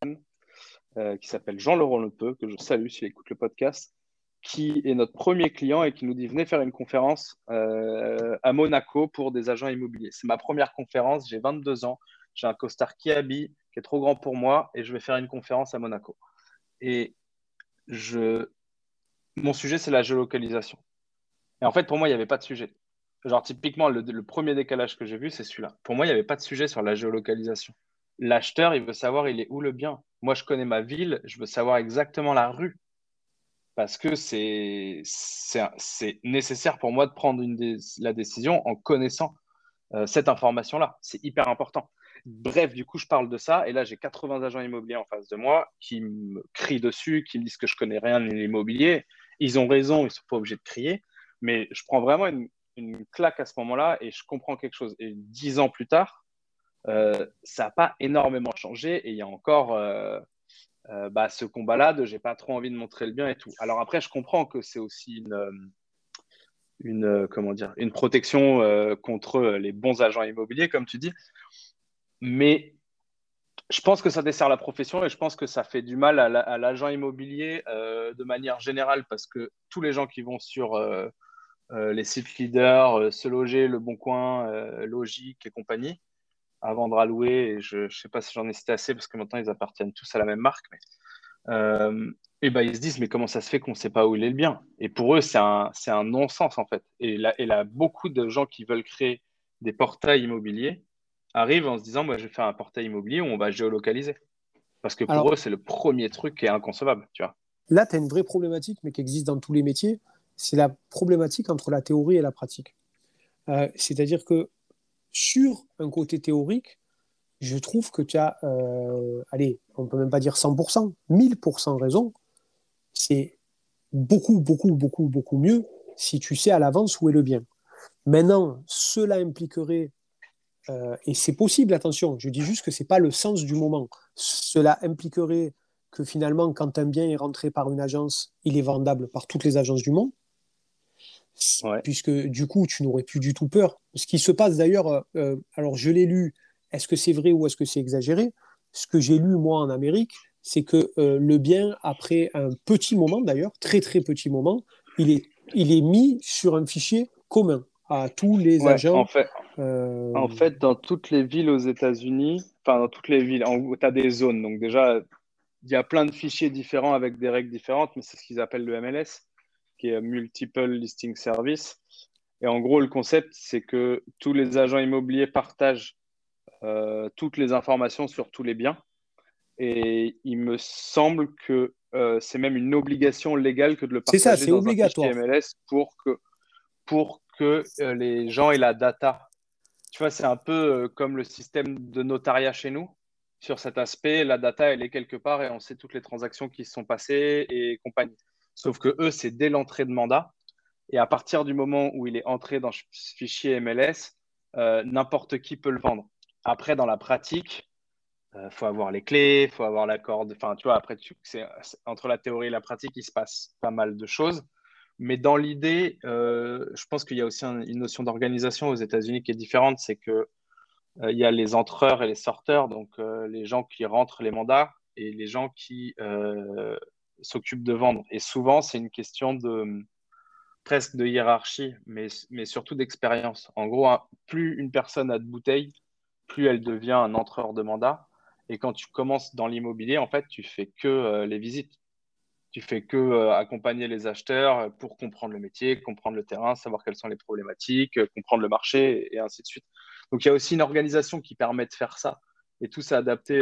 qui s'appelle Jean-Laurent Lepeu, que je salue s'il écoute le podcast, qui est notre premier client et qui nous dit venez faire une conférence à Monaco pour des agents immobiliers. C'est ma première conférence, j'ai 22 ans, j'ai un costard Kiabi qui est trop grand pour moi et je vais faire une conférence à Monaco. Et je, mon sujet, c'est la géolocalisation. Et en fait, pour moi, il n'y avait pas de sujet. Genre, typiquement, le premier décalage que j'ai vu, c'est celui-là. Pour moi, il n'y avait pas de sujet sur la géolocalisation. L'acheteur, il veut savoir il est où le bien. Moi, je connais ma ville, je veux savoir exactement la rue parce que c'est nécessaire pour moi de prendre la décision en connaissant cette information-là. C'est hyper important. Bref, du coup, je parle de ça et là, j'ai 80 agents immobiliers en face de moi qui me crient dessus, qui me disent que je connais rien de l'immobilier. Ils ont raison, ils ne sont pas obligés de crier, mais je prends vraiment une claque à ce moment-là et je comprends quelque chose. Et 10 ans plus tard, ça n'a pas énormément changé et il y a encore ce combat-là de j'ai pas trop envie de montrer le bien et tout. Alors après, je comprends que c'est aussi comment dire, une protection contre les bons agents immobiliers, comme tu dis, mais je pense que ça dessert la profession et je pense que ça fait du mal à l'agent immobilier de manière générale parce que tous les gens qui vont sur les sites leaders, Se Loger, Le Bon Coin, Logique et compagnie, à vendre à louer, et je ne sais pas si j'en ai cité assez parce que maintenant ils appartiennent tous à la même marque, mais et ben, ils se disent, mais comment ça se fait qu'on ne sait pas où il est le bien? Et pour eux, c'est un non-sens, en fait. Et là, beaucoup de gens qui veulent créer des portails immobiliers arrivent en se disant, moi, je vais faire un portail immobilier où on va géolocaliser. Parce que pour Alors eux, c'est le premier truc qui est inconcevable, tu vois. là, tu as une vraie problématique, mais qui existe dans tous les métiers. C'est la problématique entre la théorie et la pratique. C'est-à-dire que sur un côté théorique, je trouve que tu as, allez, on peut même pas dire 100%, 1000% raison. C'est beaucoup, beaucoup, beaucoup, beaucoup mieux si tu sais à l'avance où est le bien. Maintenant, cela impliquerait, et c'est possible, attention, je dis juste que c'est pas le sens du moment. Cela impliquerait que finalement, quand un bien est rentré par une agence, il est vendable par toutes les agences du monde, Ouais. puisque du coup, tu n'aurais plus du tout peur. Ce qui se passe d'ailleurs, alors je l'ai lu, est-ce que c'est vrai ou est-ce que c'est exagéré? Ce que j'ai lu, moi, en Amérique, c'est que le bien, après un petit moment d'ailleurs, très très petit moment, il est mis sur un fichier commun à tous les Ouais, agents. en fait, dans toutes les villes aux États-Unis, enfin, dans toutes les villes, tu as des zones. Donc, déjà, il y a plein de fichiers différents avec des règles différentes, mais c'est ce qu'ils appellent le MLS, qui est Multiple Listing Service. Et en gros, le concept, c'est que tous les agents immobiliers partagent toutes les informations sur tous les biens. Et il me semble que c'est même une obligation légale que de le C'est ça, partager c'est dans un fichier obligatoire. MLS pour que les gens aient la data. Tu vois, c'est un peu comme le système de notariat chez nous. Sur cet aspect, la data, elle est quelque part et on sait toutes les transactions qui se sont passées et compagnie. Sauf que eux, c'est dès l'entrée de mandat. Et à partir du moment où il est entré dans ce fichier MLS, n'importe qui peut le vendre. Après, dans la pratique, faut avoir les clés, faut avoir l'accord. Enfin, tu vois, après, entre la théorie et la pratique, il se passe pas mal de choses. Mais dans l'idée, je pense qu'il y a aussi une notion d'organisation aux États-Unis qui est différente. C'est que il y a les entreurs et les sorteurs, donc les gens qui rentrent les mandats et les gens qui s'occupent de vendre. Et souvent, c'est une question de presque de hiérarchie, mais surtout d'expérience. En gros, plus une personne a de bouteilles, plus elle devient un entreur de mandat. Et quand tu commences dans l'immobilier, en fait, tu fais que les visites. Tu fais que accompagner les acheteurs pour comprendre le métier, comprendre le terrain, savoir quelles sont les problématiques, comprendre le marché et ainsi de suite. Donc, il y a aussi une organisation qui permet de faire ça. Et tout s'est adapté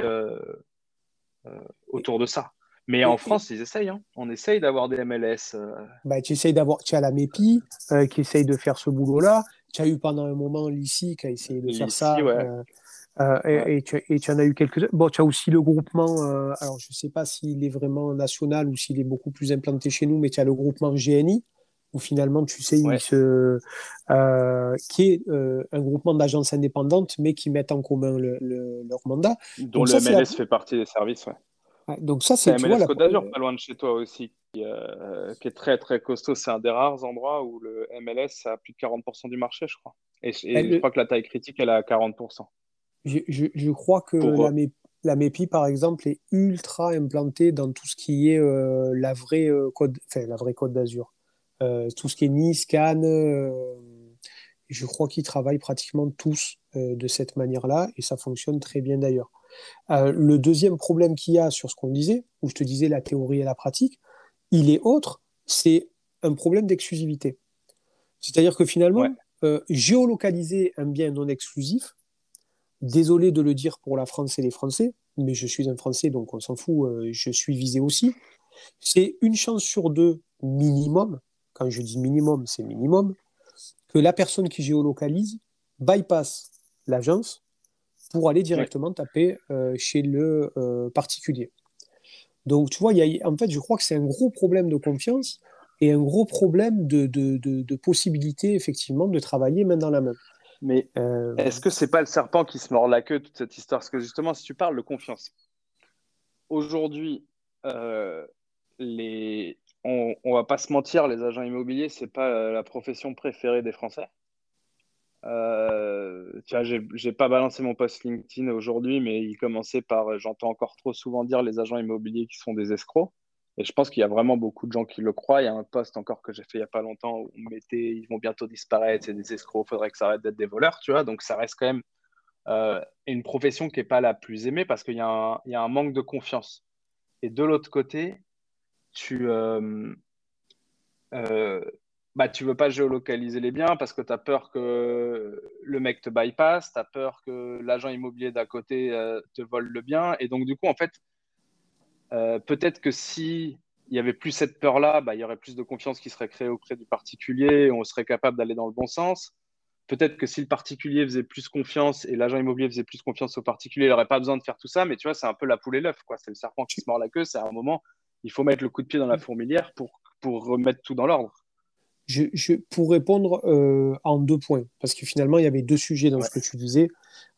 Et, autour de ça. Mais en et, France, ils essayent. Hein. On essaye d'avoir des MLS. bah, tu as la MEPI qui essaye de faire ce boulot-là. Tu as eu pendant un moment l'ICI qui a essayé de faire Ici, ça. ouais. Ouais. Et tu en as eu quelques-uns. Bon, tu as aussi le groupement, alors je ne sais pas s'il est vraiment national ou s'il est beaucoup plus implanté chez nous, mais tu as le groupement GNI, où finalement, tu sais, Ouais. qui est un groupement d'agences indépendantes, mais qui mettent en commun leur mandat. Dont Donc le ça, MLS fait partie des services. Ouais. donc ça, Tu c'est, as tu vois, MLS Côte d'Azur, pas loin de chez toi aussi, qui est très très costaud. C'est un des rares endroits où le MLS a plus de 40% du marché, je crois. Et je elle, crois que la taille critique, elle est à 40%. je crois que Pour, la MEPI, par exemple, est ultra implantée dans tout ce qui est la vraie Côte d'Azur. Tout ce qui est Nice, Cannes, je crois qu'ils travaillent pratiquement tous de cette manière-là et ça fonctionne très bien d'ailleurs. Le deuxième problème qu'il y a sur ce qu'on disait, où je te disais la théorie et la pratique, il est autre, c'est un problème d'exclusivité. C'est-à-dire que ouais, finalement, géolocaliser un bien non exclusif, désolé de le dire pour la France et les Français, mais je suis un Français, donc on s'en fout, je suis visé aussi. C'est une chance sur deux minimum, quand je dis minimum, c'est minimum, que la personne qui géolocalise bypasse l'agence pour aller Ouais. directement taper chez le particulier. Donc, tu vois, en fait, je crois que c'est un gros problème de confiance et un gros problème de possibilité, effectivement, de travailler main dans la main. Mais Euh, est-ce que c'est pas le serpent qui se mord la queue, toute cette histoire? Parce que justement, si tu parles de confiance, aujourd'hui, euh, on va pas se mentir, les agents immobiliers, c'est pas la profession préférée des Français. Tu vois, j'ai pas balancé mon post LinkedIn aujourd'hui, mais il commençait par, j'entends encore trop souvent dire les agents immobiliers qui sont des escrocs. Et je pense qu'il y a vraiment beaucoup de gens qui le croient. Il y a un post encore que j'ai fait il y a pas longtemps où on mettait, ils vont bientôt disparaître, c'est des escrocs, faudrait que ça arrête d'être des voleurs, tu vois. Donc ça reste quand même une profession qui est pas la plus aimée parce qu'il y a un manque de confiance. Et de l'autre côté, tu, euh, bah, tu veux pas géolocaliser les biens parce que tu as peur que le mec te bypass, tu as peur que l'agent immobilier d'à côté te vole le bien. Et donc, du coup, en fait, peut-être que si il y avait plus cette peur-là, bah, il y aurait plus de confiance qui serait créée auprès du particulier et on serait capable d'aller dans le bon sens. Peut-être que si le particulier faisait plus confiance et l'agent immobilier faisait plus confiance au particulier, il n'aurait pas besoin de faire tout ça. Mais tu vois, c'est un peu la poule et l'œuf, quoi. C'est le serpent qui se mord la queue. C'est à un moment, il faut mettre le coup de pied dans la fourmilière pour remettre tout dans l'ordre. pour répondre en deux points, parce que finalement, il y avait deux sujets dans Ouais. ce que tu disais.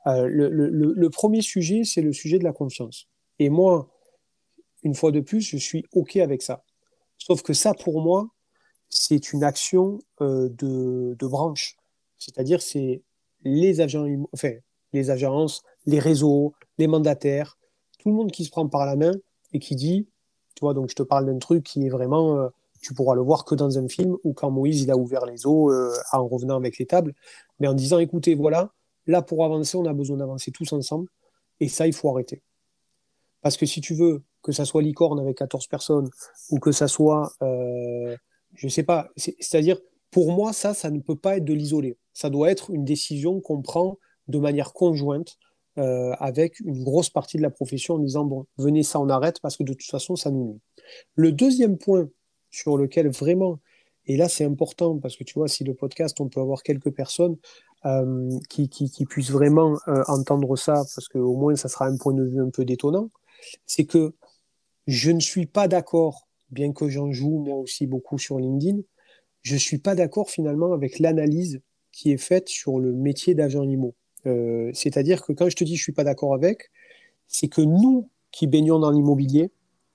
Le premier sujet, c'est le sujet de la confiance. Et moi, une fois de plus, je suis OK avec ça. Sauf que ça, pour moi, c'est une action de branche. C'est-à-dire, c'est les agents, enfin, les agences, les réseaux, les mandataires, tout le monde qui se prend par la main et qui dit, tu vois, donc je te parle d'un truc qui est vraiment, tu pourras le voir que dans un film ou quand Moïse il a ouvert les eaux en revenant avec les tables, mais en disant, écoutez, voilà, là pour avancer, on a besoin d'avancer tous ensemble et ça, il faut arrêter. Parce que si tu veux que ça soit licorne avec 14 personnes ou que ça soit, je sais pas, c'est-à-dire, pour moi, ça ne peut pas être de l'isolé. Ça doit être une décision qu'on prend de manière conjointe avec une grosse partie de la profession en disant, bon, venez, ça, on arrête parce que de toute façon, ça nous nuit. Le deuxième point sur lequel vraiment, et là c'est important parce que tu vois, si le podcast, on peut avoir quelques personnes qui puissent vraiment entendre ça, parce qu'au moins ça sera un point de vue un peu détonnant, c'est que je ne suis pas d'accord, bien que j'en joue moi aussi beaucoup sur LinkedIn, je ne suis pas d'accord finalement avec l'analyse qui est faite sur le métier d'agent IMO. C'est-à-dire que quand je te dis je ne suis pas d'accord avec, c'est que nous qui baignons dans l'immobilier,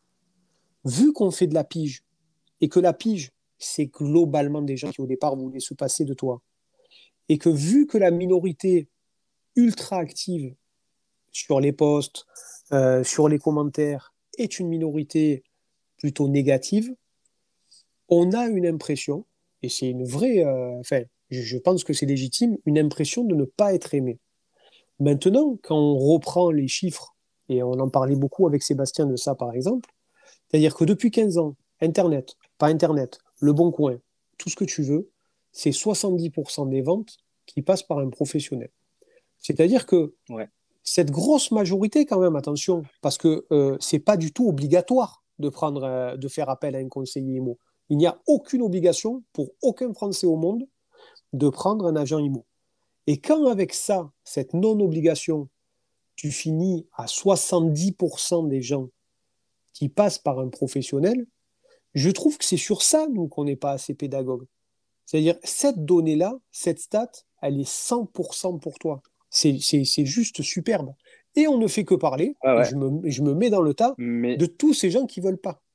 vu qu'on fait de la pige et que la pige, c'est globalement des gens qui au départ voulaient se passer de toi, et que vu que la minorité ultra active sur les posts, sur les commentaires, est une minorité plutôt négative, on a une impression, et c'est une vraie, enfin, je pense que c'est légitime, une impression de ne pas être aimé. Maintenant, quand on reprend les chiffres, et on en parlait beaucoup avec Sébastien de ça par exemple, c'est-à-dire que depuis 15 ans, Internet, pas Internet, Le Bon Coin, tout ce que tu veux, c'est 70% des ventes qui passent par un professionnel. C'est-à-dire que Ouais. cette grosse majorité, quand même, attention, parce que c'est pas du tout obligatoire de prendre, de faire appel à un conseiller IMO. Il n'y a aucune obligation pour aucun Français au monde de prendre un agent IMO. Et quand avec ça, cette non-obligation, tu finis à 70% des gens qui passent par un professionnel, je trouve que c'est sur ça, nous, qu'on n'est pas assez pédagogue. C'est-à-dire, cette donnée-là, cette stat, elle est 100% pour toi. C'est juste superbe. Et on ne fait que parler, Ouais, et ouais. je me mets dans le tas de Mais tous ces gens qui veulent pas.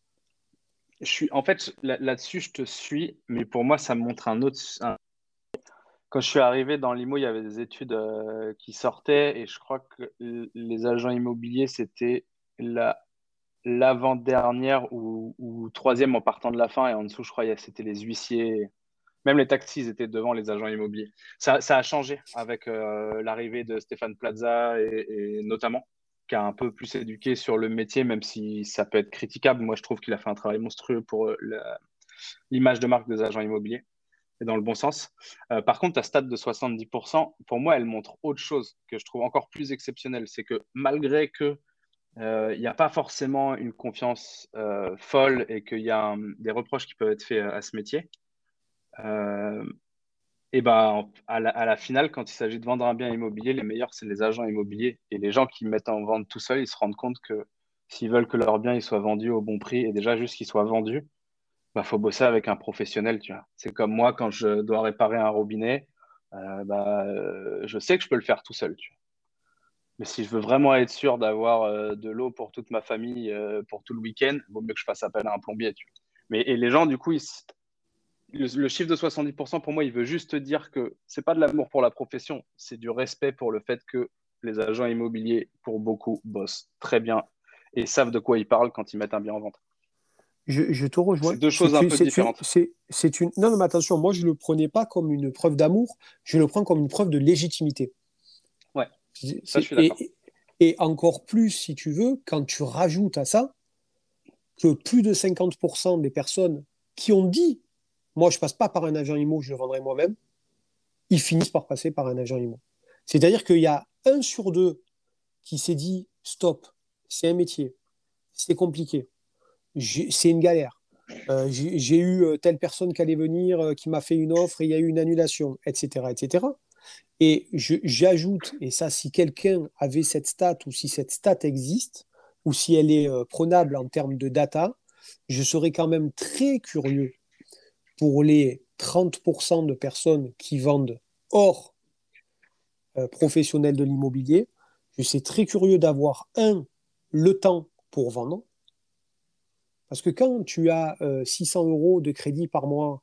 en fait, là-dessus, je te suis, mais pour moi, ça me montre un autre. Quand je suis arrivé dans l'IMO, il y avait des études qui sortaient et je crois que les agents immobiliers, c'était la, l'avant-dernière ou troisième en partant de la fin et en dessous, je crois, c'était les huissiers. Même les taxis ils étaient devant les agents immobiliers. Ça a changé avec l'arrivée de Stéphane Plaza et notamment, qui a un peu plus éduqué sur le métier, même si ça peut être critiquable. Moi, je trouve qu'il a fait un travail monstrueux pour l'image de marque des agents immobiliers. et dans le bon sens. Par contre, ta stat de 70%, pour moi, elle montre autre chose que je trouve encore plus exceptionnelle. C'est que malgré que il n'y a pas forcément une confiance folle et qu'il y a des reproches qui peuvent être faits à ce métier, euh, et ben, à la finale, quand il s'agit de vendre un bien immobilier, les meilleurs, c'est les agents immobiliers. Et les gens qui mettent en vente tout seuls, ils se rendent compte que s'ils veulent que leur bien il soit vendu au bon prix, et déjà juste qu'il soit vendu, bah, faut bosser avec un professionnel, tu vois. C'est comme moi, quand je dois réparer un robinet, je sais que je peux le faire tout seul, tu vois. Mais si je veux vraiment être sûr d'avoir de l'eau pour toute ma famille, pour tout le week-end, il vaut mieux que je fasse appel à un plombier, tu vois. Mais, et les gens, du coup, le chiffre de 70%, pour moi, il veut juste dire que c'est pas de l'amour pour la profession, c'est du respect pour le fait que les agents immobiliers, pour beaucoup, bossent très bien et savent de quoi ils parlent quand ils mettent un bien en vente. Je te rejoins. C'est deux choses un peu différentes. Non, non, mais attention, moi, je ne le prenais pas comme une preuve d'amour, je le prends comme une preuve de légitimité. Ouais, C'est- ça, je c'est- suis d'accord. Et, et encore plus, si tu veux, quand tu rajoutes à ça que plus de 50% des personnes qui ont dit, moi, je passe pas par un agent IMO, je le vendrai moi-même, ils finissent par passer par un agent IMO. C'est-à-dire qu'il y a un sur deux qui s'est dit, stop, c'est un métier, c'est compliqué, c'est une galère. J'ai eu telle personne qui allait venir, qui m'a fait une offre et il y a eu une annulation, etc., etc. Et j'ajoute, et ça, si quelqu'un avait cette stat ou si cette stat existe, ou si elle est prenable en termes de data, je serais quand même très curieux pour les 30% de personnes qui vendent hors professionnel de l'immobilier. Je suis très curieux d'avoir, le temps pour vendre. Parce que quand tu as 600 euros de crédit par mois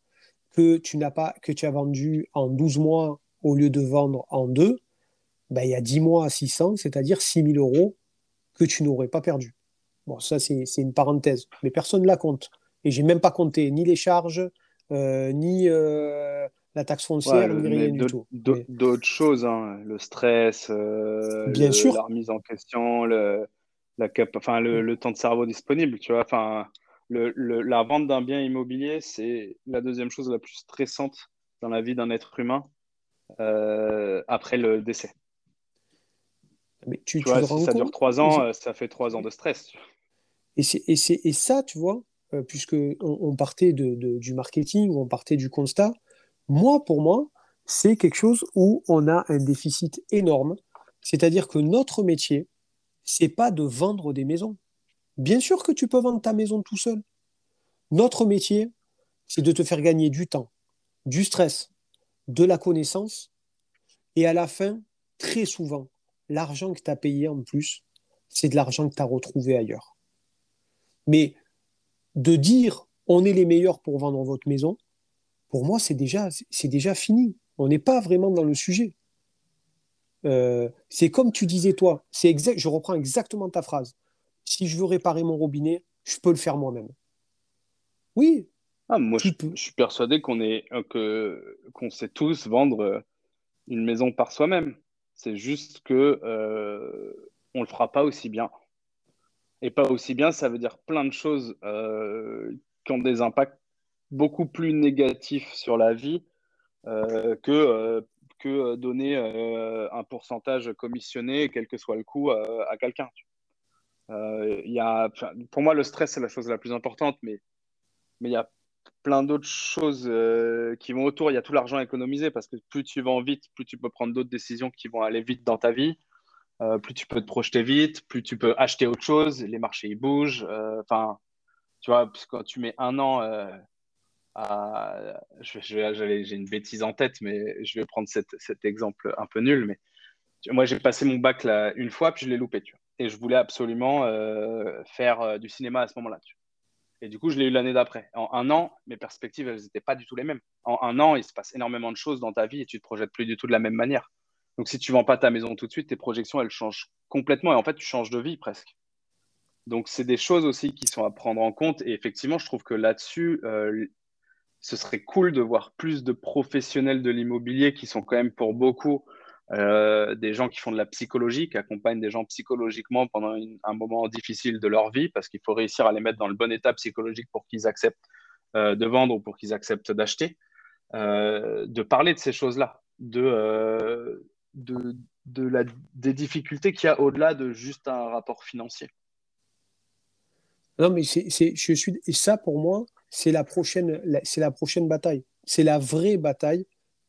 que tu as vendu en 12 mois au lieu de vendre en 2, ben, il y a 10 mois à 600, c'est-à-dire 6 000 euros que tu n'aurais pas perdu. Bon, ça, c'est une parenthèse, mais personne ne la compte. Et j'ai même pas compté ni les charges, ni la taxe Ouais, foncière, ni mais rien du tout. Mais d'autres choses, hein, le stress, bien la sûr, remise en question, enfin, le temps de cerveau disponible, tu vois. Enfin, la vente d'un bien immobilier, c'est la deuxième chose la plus stressante dans la vie d'un être humain après le décès. mais Tu tu vois, te si rends ça dure compte? 3 ans, ça fait 3 ans de stress. Tu vois. Et ça, tu vois, puisque on partait du marketing, on partait du constat, pour moi, c'est quelque chose où on a un déficit énorme. C'est-à-dire que notre métier, c'est pas de vendre des maisons. Bien sûr que tu peux vendre ta maison tout seul. Notre métier, c'est de te faire gagner du temps, du stress, de la connaissance, et à la fin, très souvent, l'argent que tu as payé en plus, c'est de l'argent que tu as retrouvé ailleurs. Mais de dire on est les meilleurs pour vendre votre maison, pour moi, c'est déjà fini. On n'est pas vraiment dans le sujet. C'est comme tu disais toi, je reprends exactement ta phrase. Si je veux réparer mon robinet, je peux le faire moi-même. Oui, Ah, moi, tu peux. je suis persuadé qu'on sait tous vendre une maison par soi-même. C'est juste que on le fera pas aussi bien. Et pas aussi bien, ça veut dire plein de choses qui ont des impacts beaucoup plus négatifs sur la vie que donner un pourcentage commissionné, quel que soit le coût, à quelqu'un. Enfin, pour moi, le stress, c'est la chose la plus importante, mais il y a plein d'autres choses qui vont autour. Il y a tout l'argent économisé parce que plus tu vas vite, plus tu peux prendre d'autres décisions qui vont aller vite dans ta vie. Plus tu peux te projeter vite, plus tu peux acheter autre chose, les marchés ils bougent. Enfin, tu vois, parce que quand tu mets 1 an j'ai une bêtise en tête, mais je vais prendre cet exemple un peu nul. Mais moi, j'ai passé mon bac là une fois, puis je l'ai loupé, tu vois. Et je voulais absolument faire du cinéma à ce moment-là, tu vois. Et du coup, je l'ai eu l'année d'après. En 1 an, mes perspectives, elles n'étaient pas du tout les mêmes. En 1 an, il se passe énormément de choses dans ta vie et tu te projettes plus du tout de la même manière. Donc, si tu vends pas ta maison tout de suite, tes projections, elles changent complètement. Et en fait, tu changes de vie presque. Donc, c'est des choses aussi qui sont à prendre en compte. Et effectivement, je trouve que là-dessus, ce serait cool de voir plus de professionnels de l'immobilier qui sont quand même pour beaucoup des gens qui font de la psychologie, qui accompagnent des gens psychologiquement pendant un moment difficile de leur vie, parce qu'il faut réussir à les mettre dans le bon état psychologique pour qu'ils acceptent de vendre ou pour qu'ils acceptent d'acheter. de parler de ces choses-là, de, des difficultés qu'il y a au-delà de juste un rapport financier. Non, mais et ça, pour moi, c'est la prochaine bataille. C'est la vraie bataille.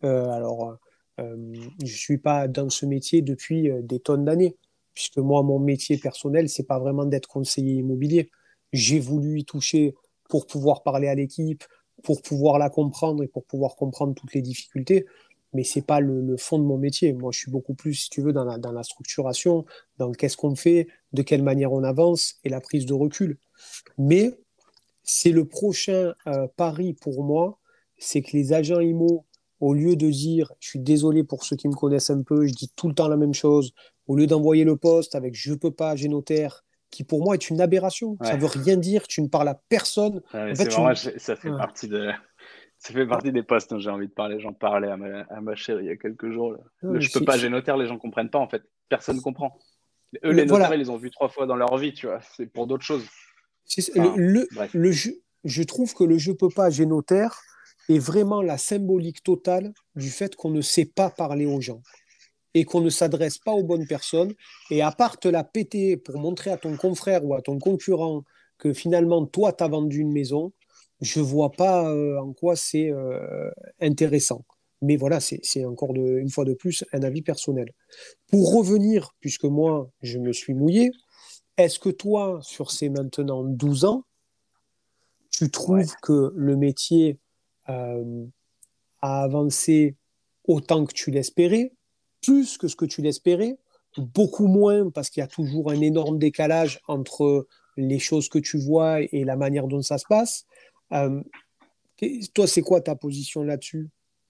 Je suis pas dans ce métier depuis des tonnes d'années, puisque moi, mon métier personnel, c'est pas vraiment d'être conseiller immobilier. J'ai voulu y toucher pour pouvoir parler à l'équipe, pour pouvoir la comprendre et pour pouvoir comprendre toutes les difficultés. Mais c'est pas le fond de mon métier. Moi, je suis beaucoup plus, si tu veux, dans la structuration, dans qu'est-ce qu'on fait, de quelle manière on avance et la prise de recul. Mais c'est le prochain pari pour moi, c'est que les agents IMO, au lieu de dire, je suis désolé pour ceux qui me connaissent un peu, je dis tout le temps la même chose, au lieu d'envoyer le poste avec je peux pas, j'ai notaire, qui pour moi est une aberration. Ça Ouais, veut rien dire, tu ne parles à personne. ouais, En fait, c'est tu marrant, ne... ça fait Ouais. partie ça fait partie des postes dont j'ai envie de parler. J'en parlais à ma chérie il y a quelques jours. Non, mais Je peux pas, j'ai notaire, les gens comprennent pas en fait. Personne comprend. Eux, les notaires, ils voilà, les ont vus 3 fois dans leur vie, tu vois. C'est pour d'autres choses. c'est Enfin, bref. je trouve que le je peux pas, j'ai notaire est vraiment la symbolique totale du fait qu'on ne sait pas parler aux gens et qu'on ne s'adresse pas aux bonnes personnes. Et à part te la péter pour montrer à ton confrère ou à ton concurrent que finalement, toi, tu as vendu une maison, je ne vois pas en quoi c'est intéressant. Mais voilà, c'est encore une fois de plus un avis personnel. Pour revenir, puisque moi, je me suis mouillé, est-ce que toi, sur ces maintenant 12 ans, tu Ouais. trouves que le métier euh, a avancé autant que tu l'espérais, plus que ce que tu l'espérais, beaucoup moins parce qu'il y a toujours un énorme décalage entre les choses que tu vois et la manière dont ça se passe. Euh, Toi, c'est quoi ta position là-dessus?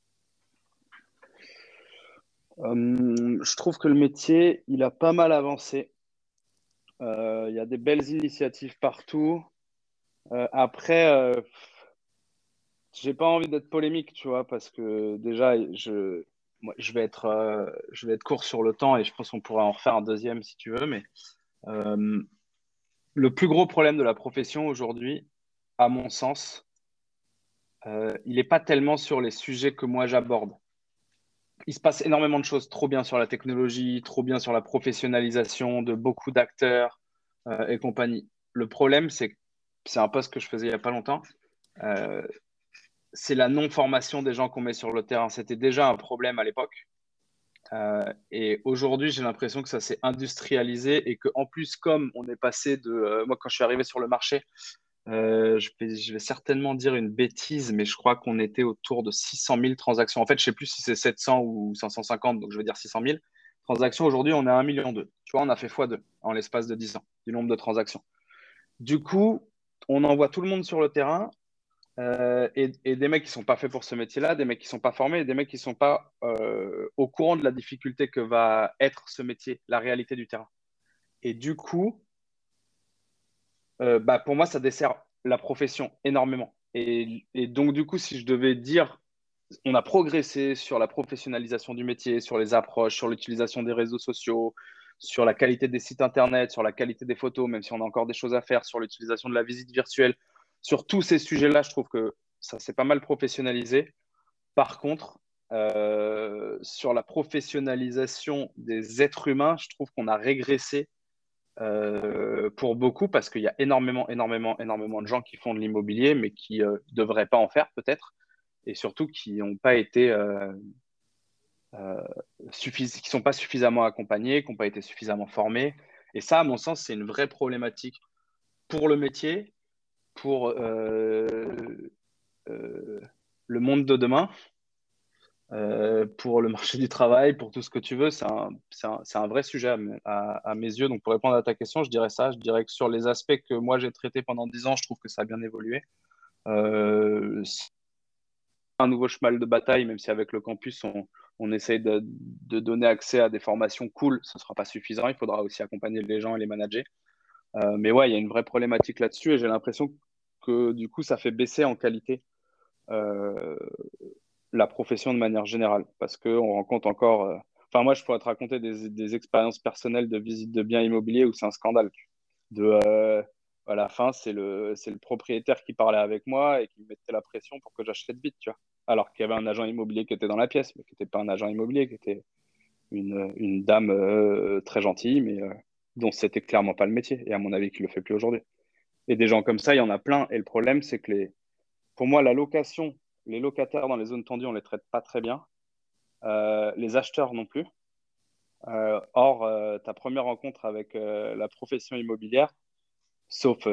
Je trouve que le métier, il a pas mal avancé. Il y a des belles initiatives partout. Après, j'ai pas envie d'être polémique, tu vois, parce que déjà, moi, je vais être court sur le temps et je pense qu'on pourrait en refaire un deuxième si tu veux. Mais euh, le plus gros problème de la profession aujourd'hui, à mon sens, il n'est pas tellement sur les sujets que moi j'aborde. Il se passe énormément de choses trop bien sur la technologie, trop bien sur la professionnalisation de beaucoup d'acteurs et compagnie. Le problème, c'est que c'est un poste que je faisais il n'y a pas longtemps. euh, c'est la non-formation des gens qu'on met sur le terrain. C'était déjà un problème à l'époque. Et aujourd'hui, j'ai l'impression que ça s'est industrialisé et qu'en plus, comme on est passé de... moi, quand je suis arrivé sur le marché, je vais certainement dire une bêtise, mais je crois qu'on était autour de 600 000 transactions. En fait, je ne sais plus si c'est 700 ou 550, donc je vais dire 600 000 transactions. Aujourd'hui, on est à 1,2 million. Tu vois, on a fait x2 en l'espace de 10 ans du nombre de transactions. Du coup, on envoie tout le monde sur le terrain et des mecs qui sont pas faits pour ce métier-là, des mecs qui sont pas formés, et des mecs qui sont pas au courant de la difficulté que va être ce métier, la réalité du terrain. Et du coup, bah, pour moi, ça dessert la profession énormément. Et donc, du coup, si je devais dire, on a progressé sur la professionnalisation du métier, sur les approches, sur l'utilisation des réseaux sociaux, sur la qualité des sites internet, sur la qualité des photos, même si on a encore des choses à faire, sur l'utilisation de la visite virtuelle. Sur tous ces sujets-là, je trouve que ça s'est pas mal professionnalisé. Par contre, sur la professionnalisation des êtres humains, je trouve qu'on a régressé pour beaucoup parce qu'il y a énormément de gens qui font de l'immobilier, mais qui ne devraient pas en faire peut-être, et surtout qui n'ont pas été qui sont pas suffisamment accompagnés, qui n'ont pas été suffisamment formés. Et ça, à mon sens, c'est une vraie problématique pour le métier, pour euh, le monde de demain, pour le marché du travail, pour tout ce que tu veux. C'est un vrai sujet à mes yeux. Donc, pour répondre à ta question, je dirais ça. Je dirais que sur les aspects que moi j'ai traités pendant 10 ans, je trouve que ça a bien évolué. C'est un nouveau cheval de bataille, même si avec le campus, on essaye de donner accès à des formations cool, ce ne sera pas suffisant. Il faudra aussi accompagner les gens et les manager. Mais ouais, il y a une vraie problématique là-dessus et j'ai l'impression que du coup, ça fait baisser en qualité euh, la profession de manière générale parce qu'on rencontre encore. Enfin, moi, je pourrais te raconter des expériences personnelles de visite de biens immobiliers où c'est un scandale. À la fin, c'est le propriétaire qui parlait avec moi et qui me mettait la pression pour que j'achète vite, tu vois. alors qu'il y avait un agent immobilier qui était dans la pièce, mais qui n'était pas un agent immobilier, qui était une dame très gentille, mais dont c'était clairement pas le métier, et à mon avis, qui le fait plus aujourd'hui. Et des gens comme ça, il y en a plein. Et le problème, c'est que pour moi, la location, les locataires dans les zones tendues, on les traite pas très bien. Les acheteurs non plus. Or, ta première rencontre avec la profession immobilière, sauf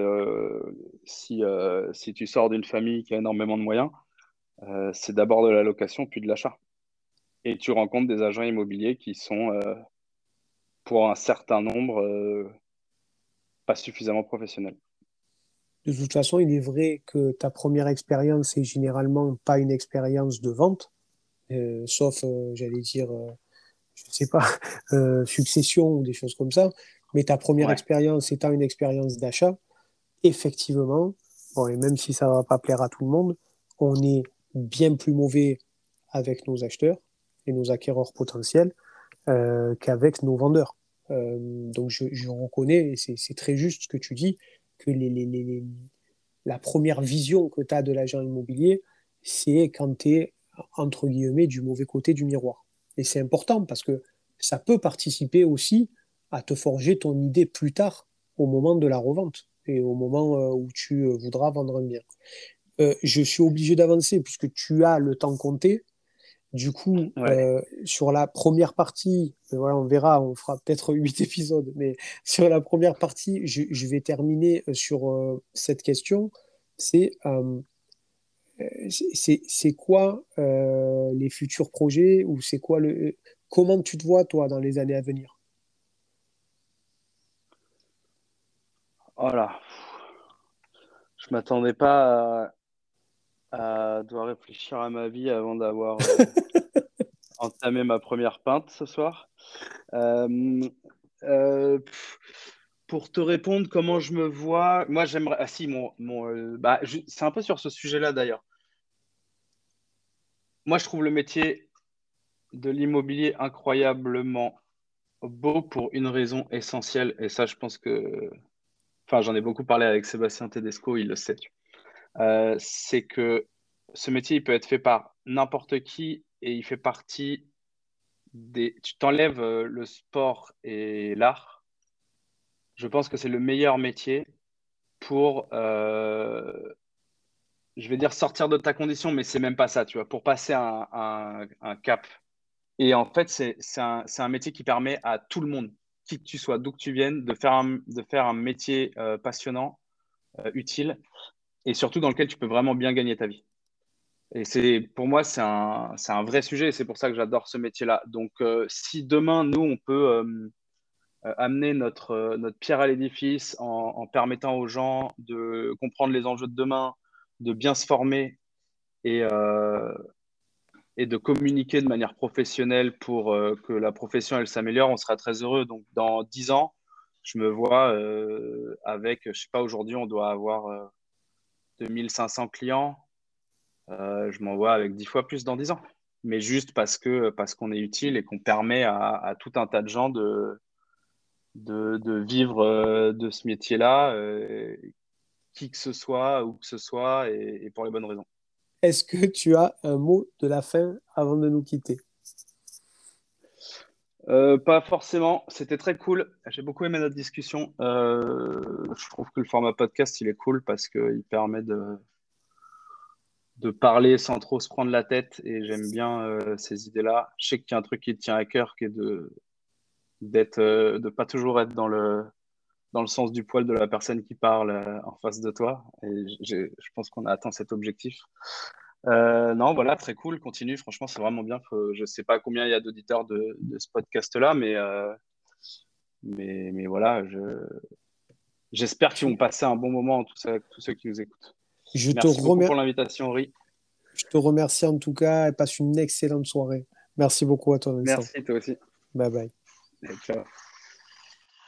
si tu sors d'une famille qui a énormément de moyens, c'est d'abord de la location, puis de l'achat. Et tu rencontres des agents immobiliers qui sont, pour un certain nombre, pas suffisamment professionnels. De toute façon, il est vrai que ta première expérience est généralement pas une expérience de vente, sauf, j'allais dire, je sais pas, succession ou des choses comme ça. Mais ta première Ouais, expérience étant une expérience d'achat, effectivement, bon, et même si ça va pas plaire à tout le monde, on est bien plus mauvais avec nos acheteurs et nos acquéreurs potentiels qu'avec nos vendeurs. Donc je reconnais, et c'est très juste ce que tu dis, que la première vision que tu as de l'agent immobilier, c'est quand tu es, entre guillemets, du mauvais côté du miroir. Et c'est important parce que ça peut participer aussi à te forger ton idée plus tard, au moment de la revente et au moment où tu voudras vendre un bien. Je suis obligé d'avancer puisque tu as le temps compté. Du coup, ouais. sur la première partie, voilà, on verra, on fera peut-être 8 épisodes, mais sur la première partie, je vais terminer sur cette question. C'est c'est quoi les futurs projets ou c'est quoi comment tu te vois toi dans les années à venir? Oh là, je m'attendais pas à devoir réfléchir à ma vie avant d'avoir entamé ma première pinte ce soir. Euh, pff, pour te répondre, comment je me vois, moi j'aimerais. Ah si, c'est un peu sur ce sujet-là d'ailleurs. Moi je trouve le métier de l'immobilier incroyablement beau pour une raison essentielle, et ça je pense que. Enfin, j'en ai beaucoup parlé avec Sébastien Tedesco, il le sait. C'est que ce métier, il peut être fait par n'importe qui et il fait partie des. Tu t'enlèves le sport et l'art. Je pense que c'est le meilleur métier pour, je vais dire sortir de ta condition, mais c'est même pas ça, tu vois, pour passer un cap. Et en fait, c'est un métier qui permet à tout le monde, qui que tu sois, d'où que tu viennes, de faire un métier passionnant, utile, et surtout dans lequel tu peux vraiment bien gagner ta vie. Et pour moi, c'est un vrai sujet et c'est pour ça que j'adore ce métier-là. Donc, si demain, nous, on peut amener notre pierre à l'édifice en permettant aux gens de comprendre les enjeux de demain, de bien se former et, euh, et de communiquer de manière professionnelle pour que la profession, elle s'améliore, on sera très heureux. Donc, dans 10 ans, je me vois avec, je sais pas, aujourd'hui, on doit avoir 2500 clients. Je m'en vois avec 10 fois plus dans 10 ans. Mais juste parce qu'on est utile et qu'on permet à tout un tas de gens de vivre de ce métier-là, qui que ce soit, où que ce soit, et pour les bonnes raisons. Est-ce que tu as un mot de la fin avant de nous quitter? Pas forcément, c'était très cool. J'ai beaucoup aimé notre discussion. Je trouve que le format podcast, il est cool parce qu'il permet de parler sans trop se prendre la tête et j'aime bien ces idées-là. Je sais qu'il y a un truc qui te tient à cœur qui est de pas toujours être dans le sens du poil de la personne qui parle en face de toi. Et je pense qu'on a atteint cet objectif. Non, voilà, très cool, continue. Franchement, c'est vraiment bien. Je sais pas combien il y a d'auditeurs de ce podcast-là, mais voilà, j'espère qu'ils vont Tu- passer un bon moment, tous ceux qui nous écoutent. Je te Merci beaucoup remer- pour l'invitation, Ri. je te remercie en tout cas et passe une excellente soirée. Merci beaucoup à toi, Vincent. Merci, toi aussi. Bye bye. Et ciao.